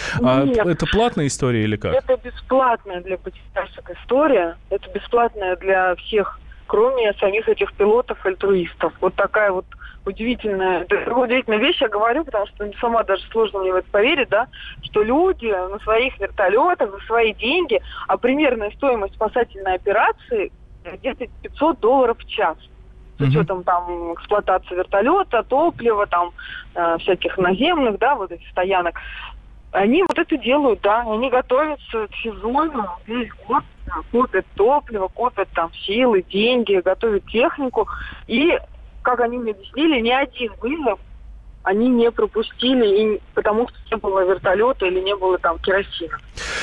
Это платная история или как? Это бесплатная для потерявших история. Это бесплатная для всех, кроме самих этих пилотов-альтруистов. Вот такая вот удивительная вещь я говорю, потому что сама даже сложно мне в это поверить, да, что люди на своих вертолетах за свои деньги, а примерная стоимость спасательной операции где-то $500 в час. С учетом там эксплуатации вертолета, топлива, там всяких наземных, да, вот этих стоянок. Они вот это делают, да, они готовятся к сезону весь год, копят топливо, копят там силы, деньги, готовят технику. И, как они мне объяснили, ни один вызов они не пропустили, потому что не было вертолета или не было там керосина.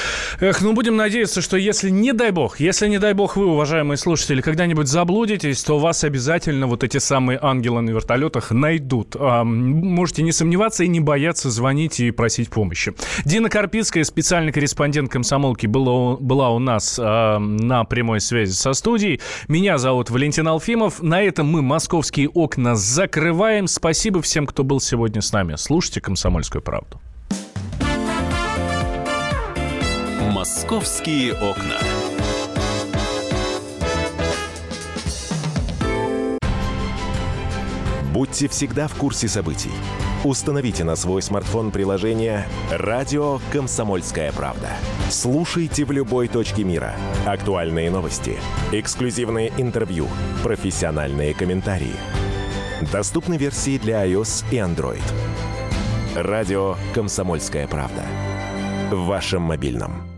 Будем надеяться, что если не дай бог вы, уважаемые слушатели, когда-нибудь заблудитесь, то вас обязательно вот эти самые ангелы на вертолетах найдут. Можете не сомневаться и не бояться звонить и просить помощи. Дина Карпицкая, специальный корреспондент «Комсомолки», была у нас на прямой связи со студией. Меня зовут Валентин Алфимов. На этом мы «Московские окна» закрываем. Спасибо всем, кто был сегодня с нами. Слушайте «Комсомольскую правду». «Московские окна». Будьте всегда в курсе событий. Установите на свой смартфон приложение «Радио Комсомольская правда». Слушайте в любой точке мира. Актуальные новости, эксклюзивные интервью, профессиональные комментарии. Доступны версии для iOS и Android. «Радио Комсомольская правда». В вашем мобильном.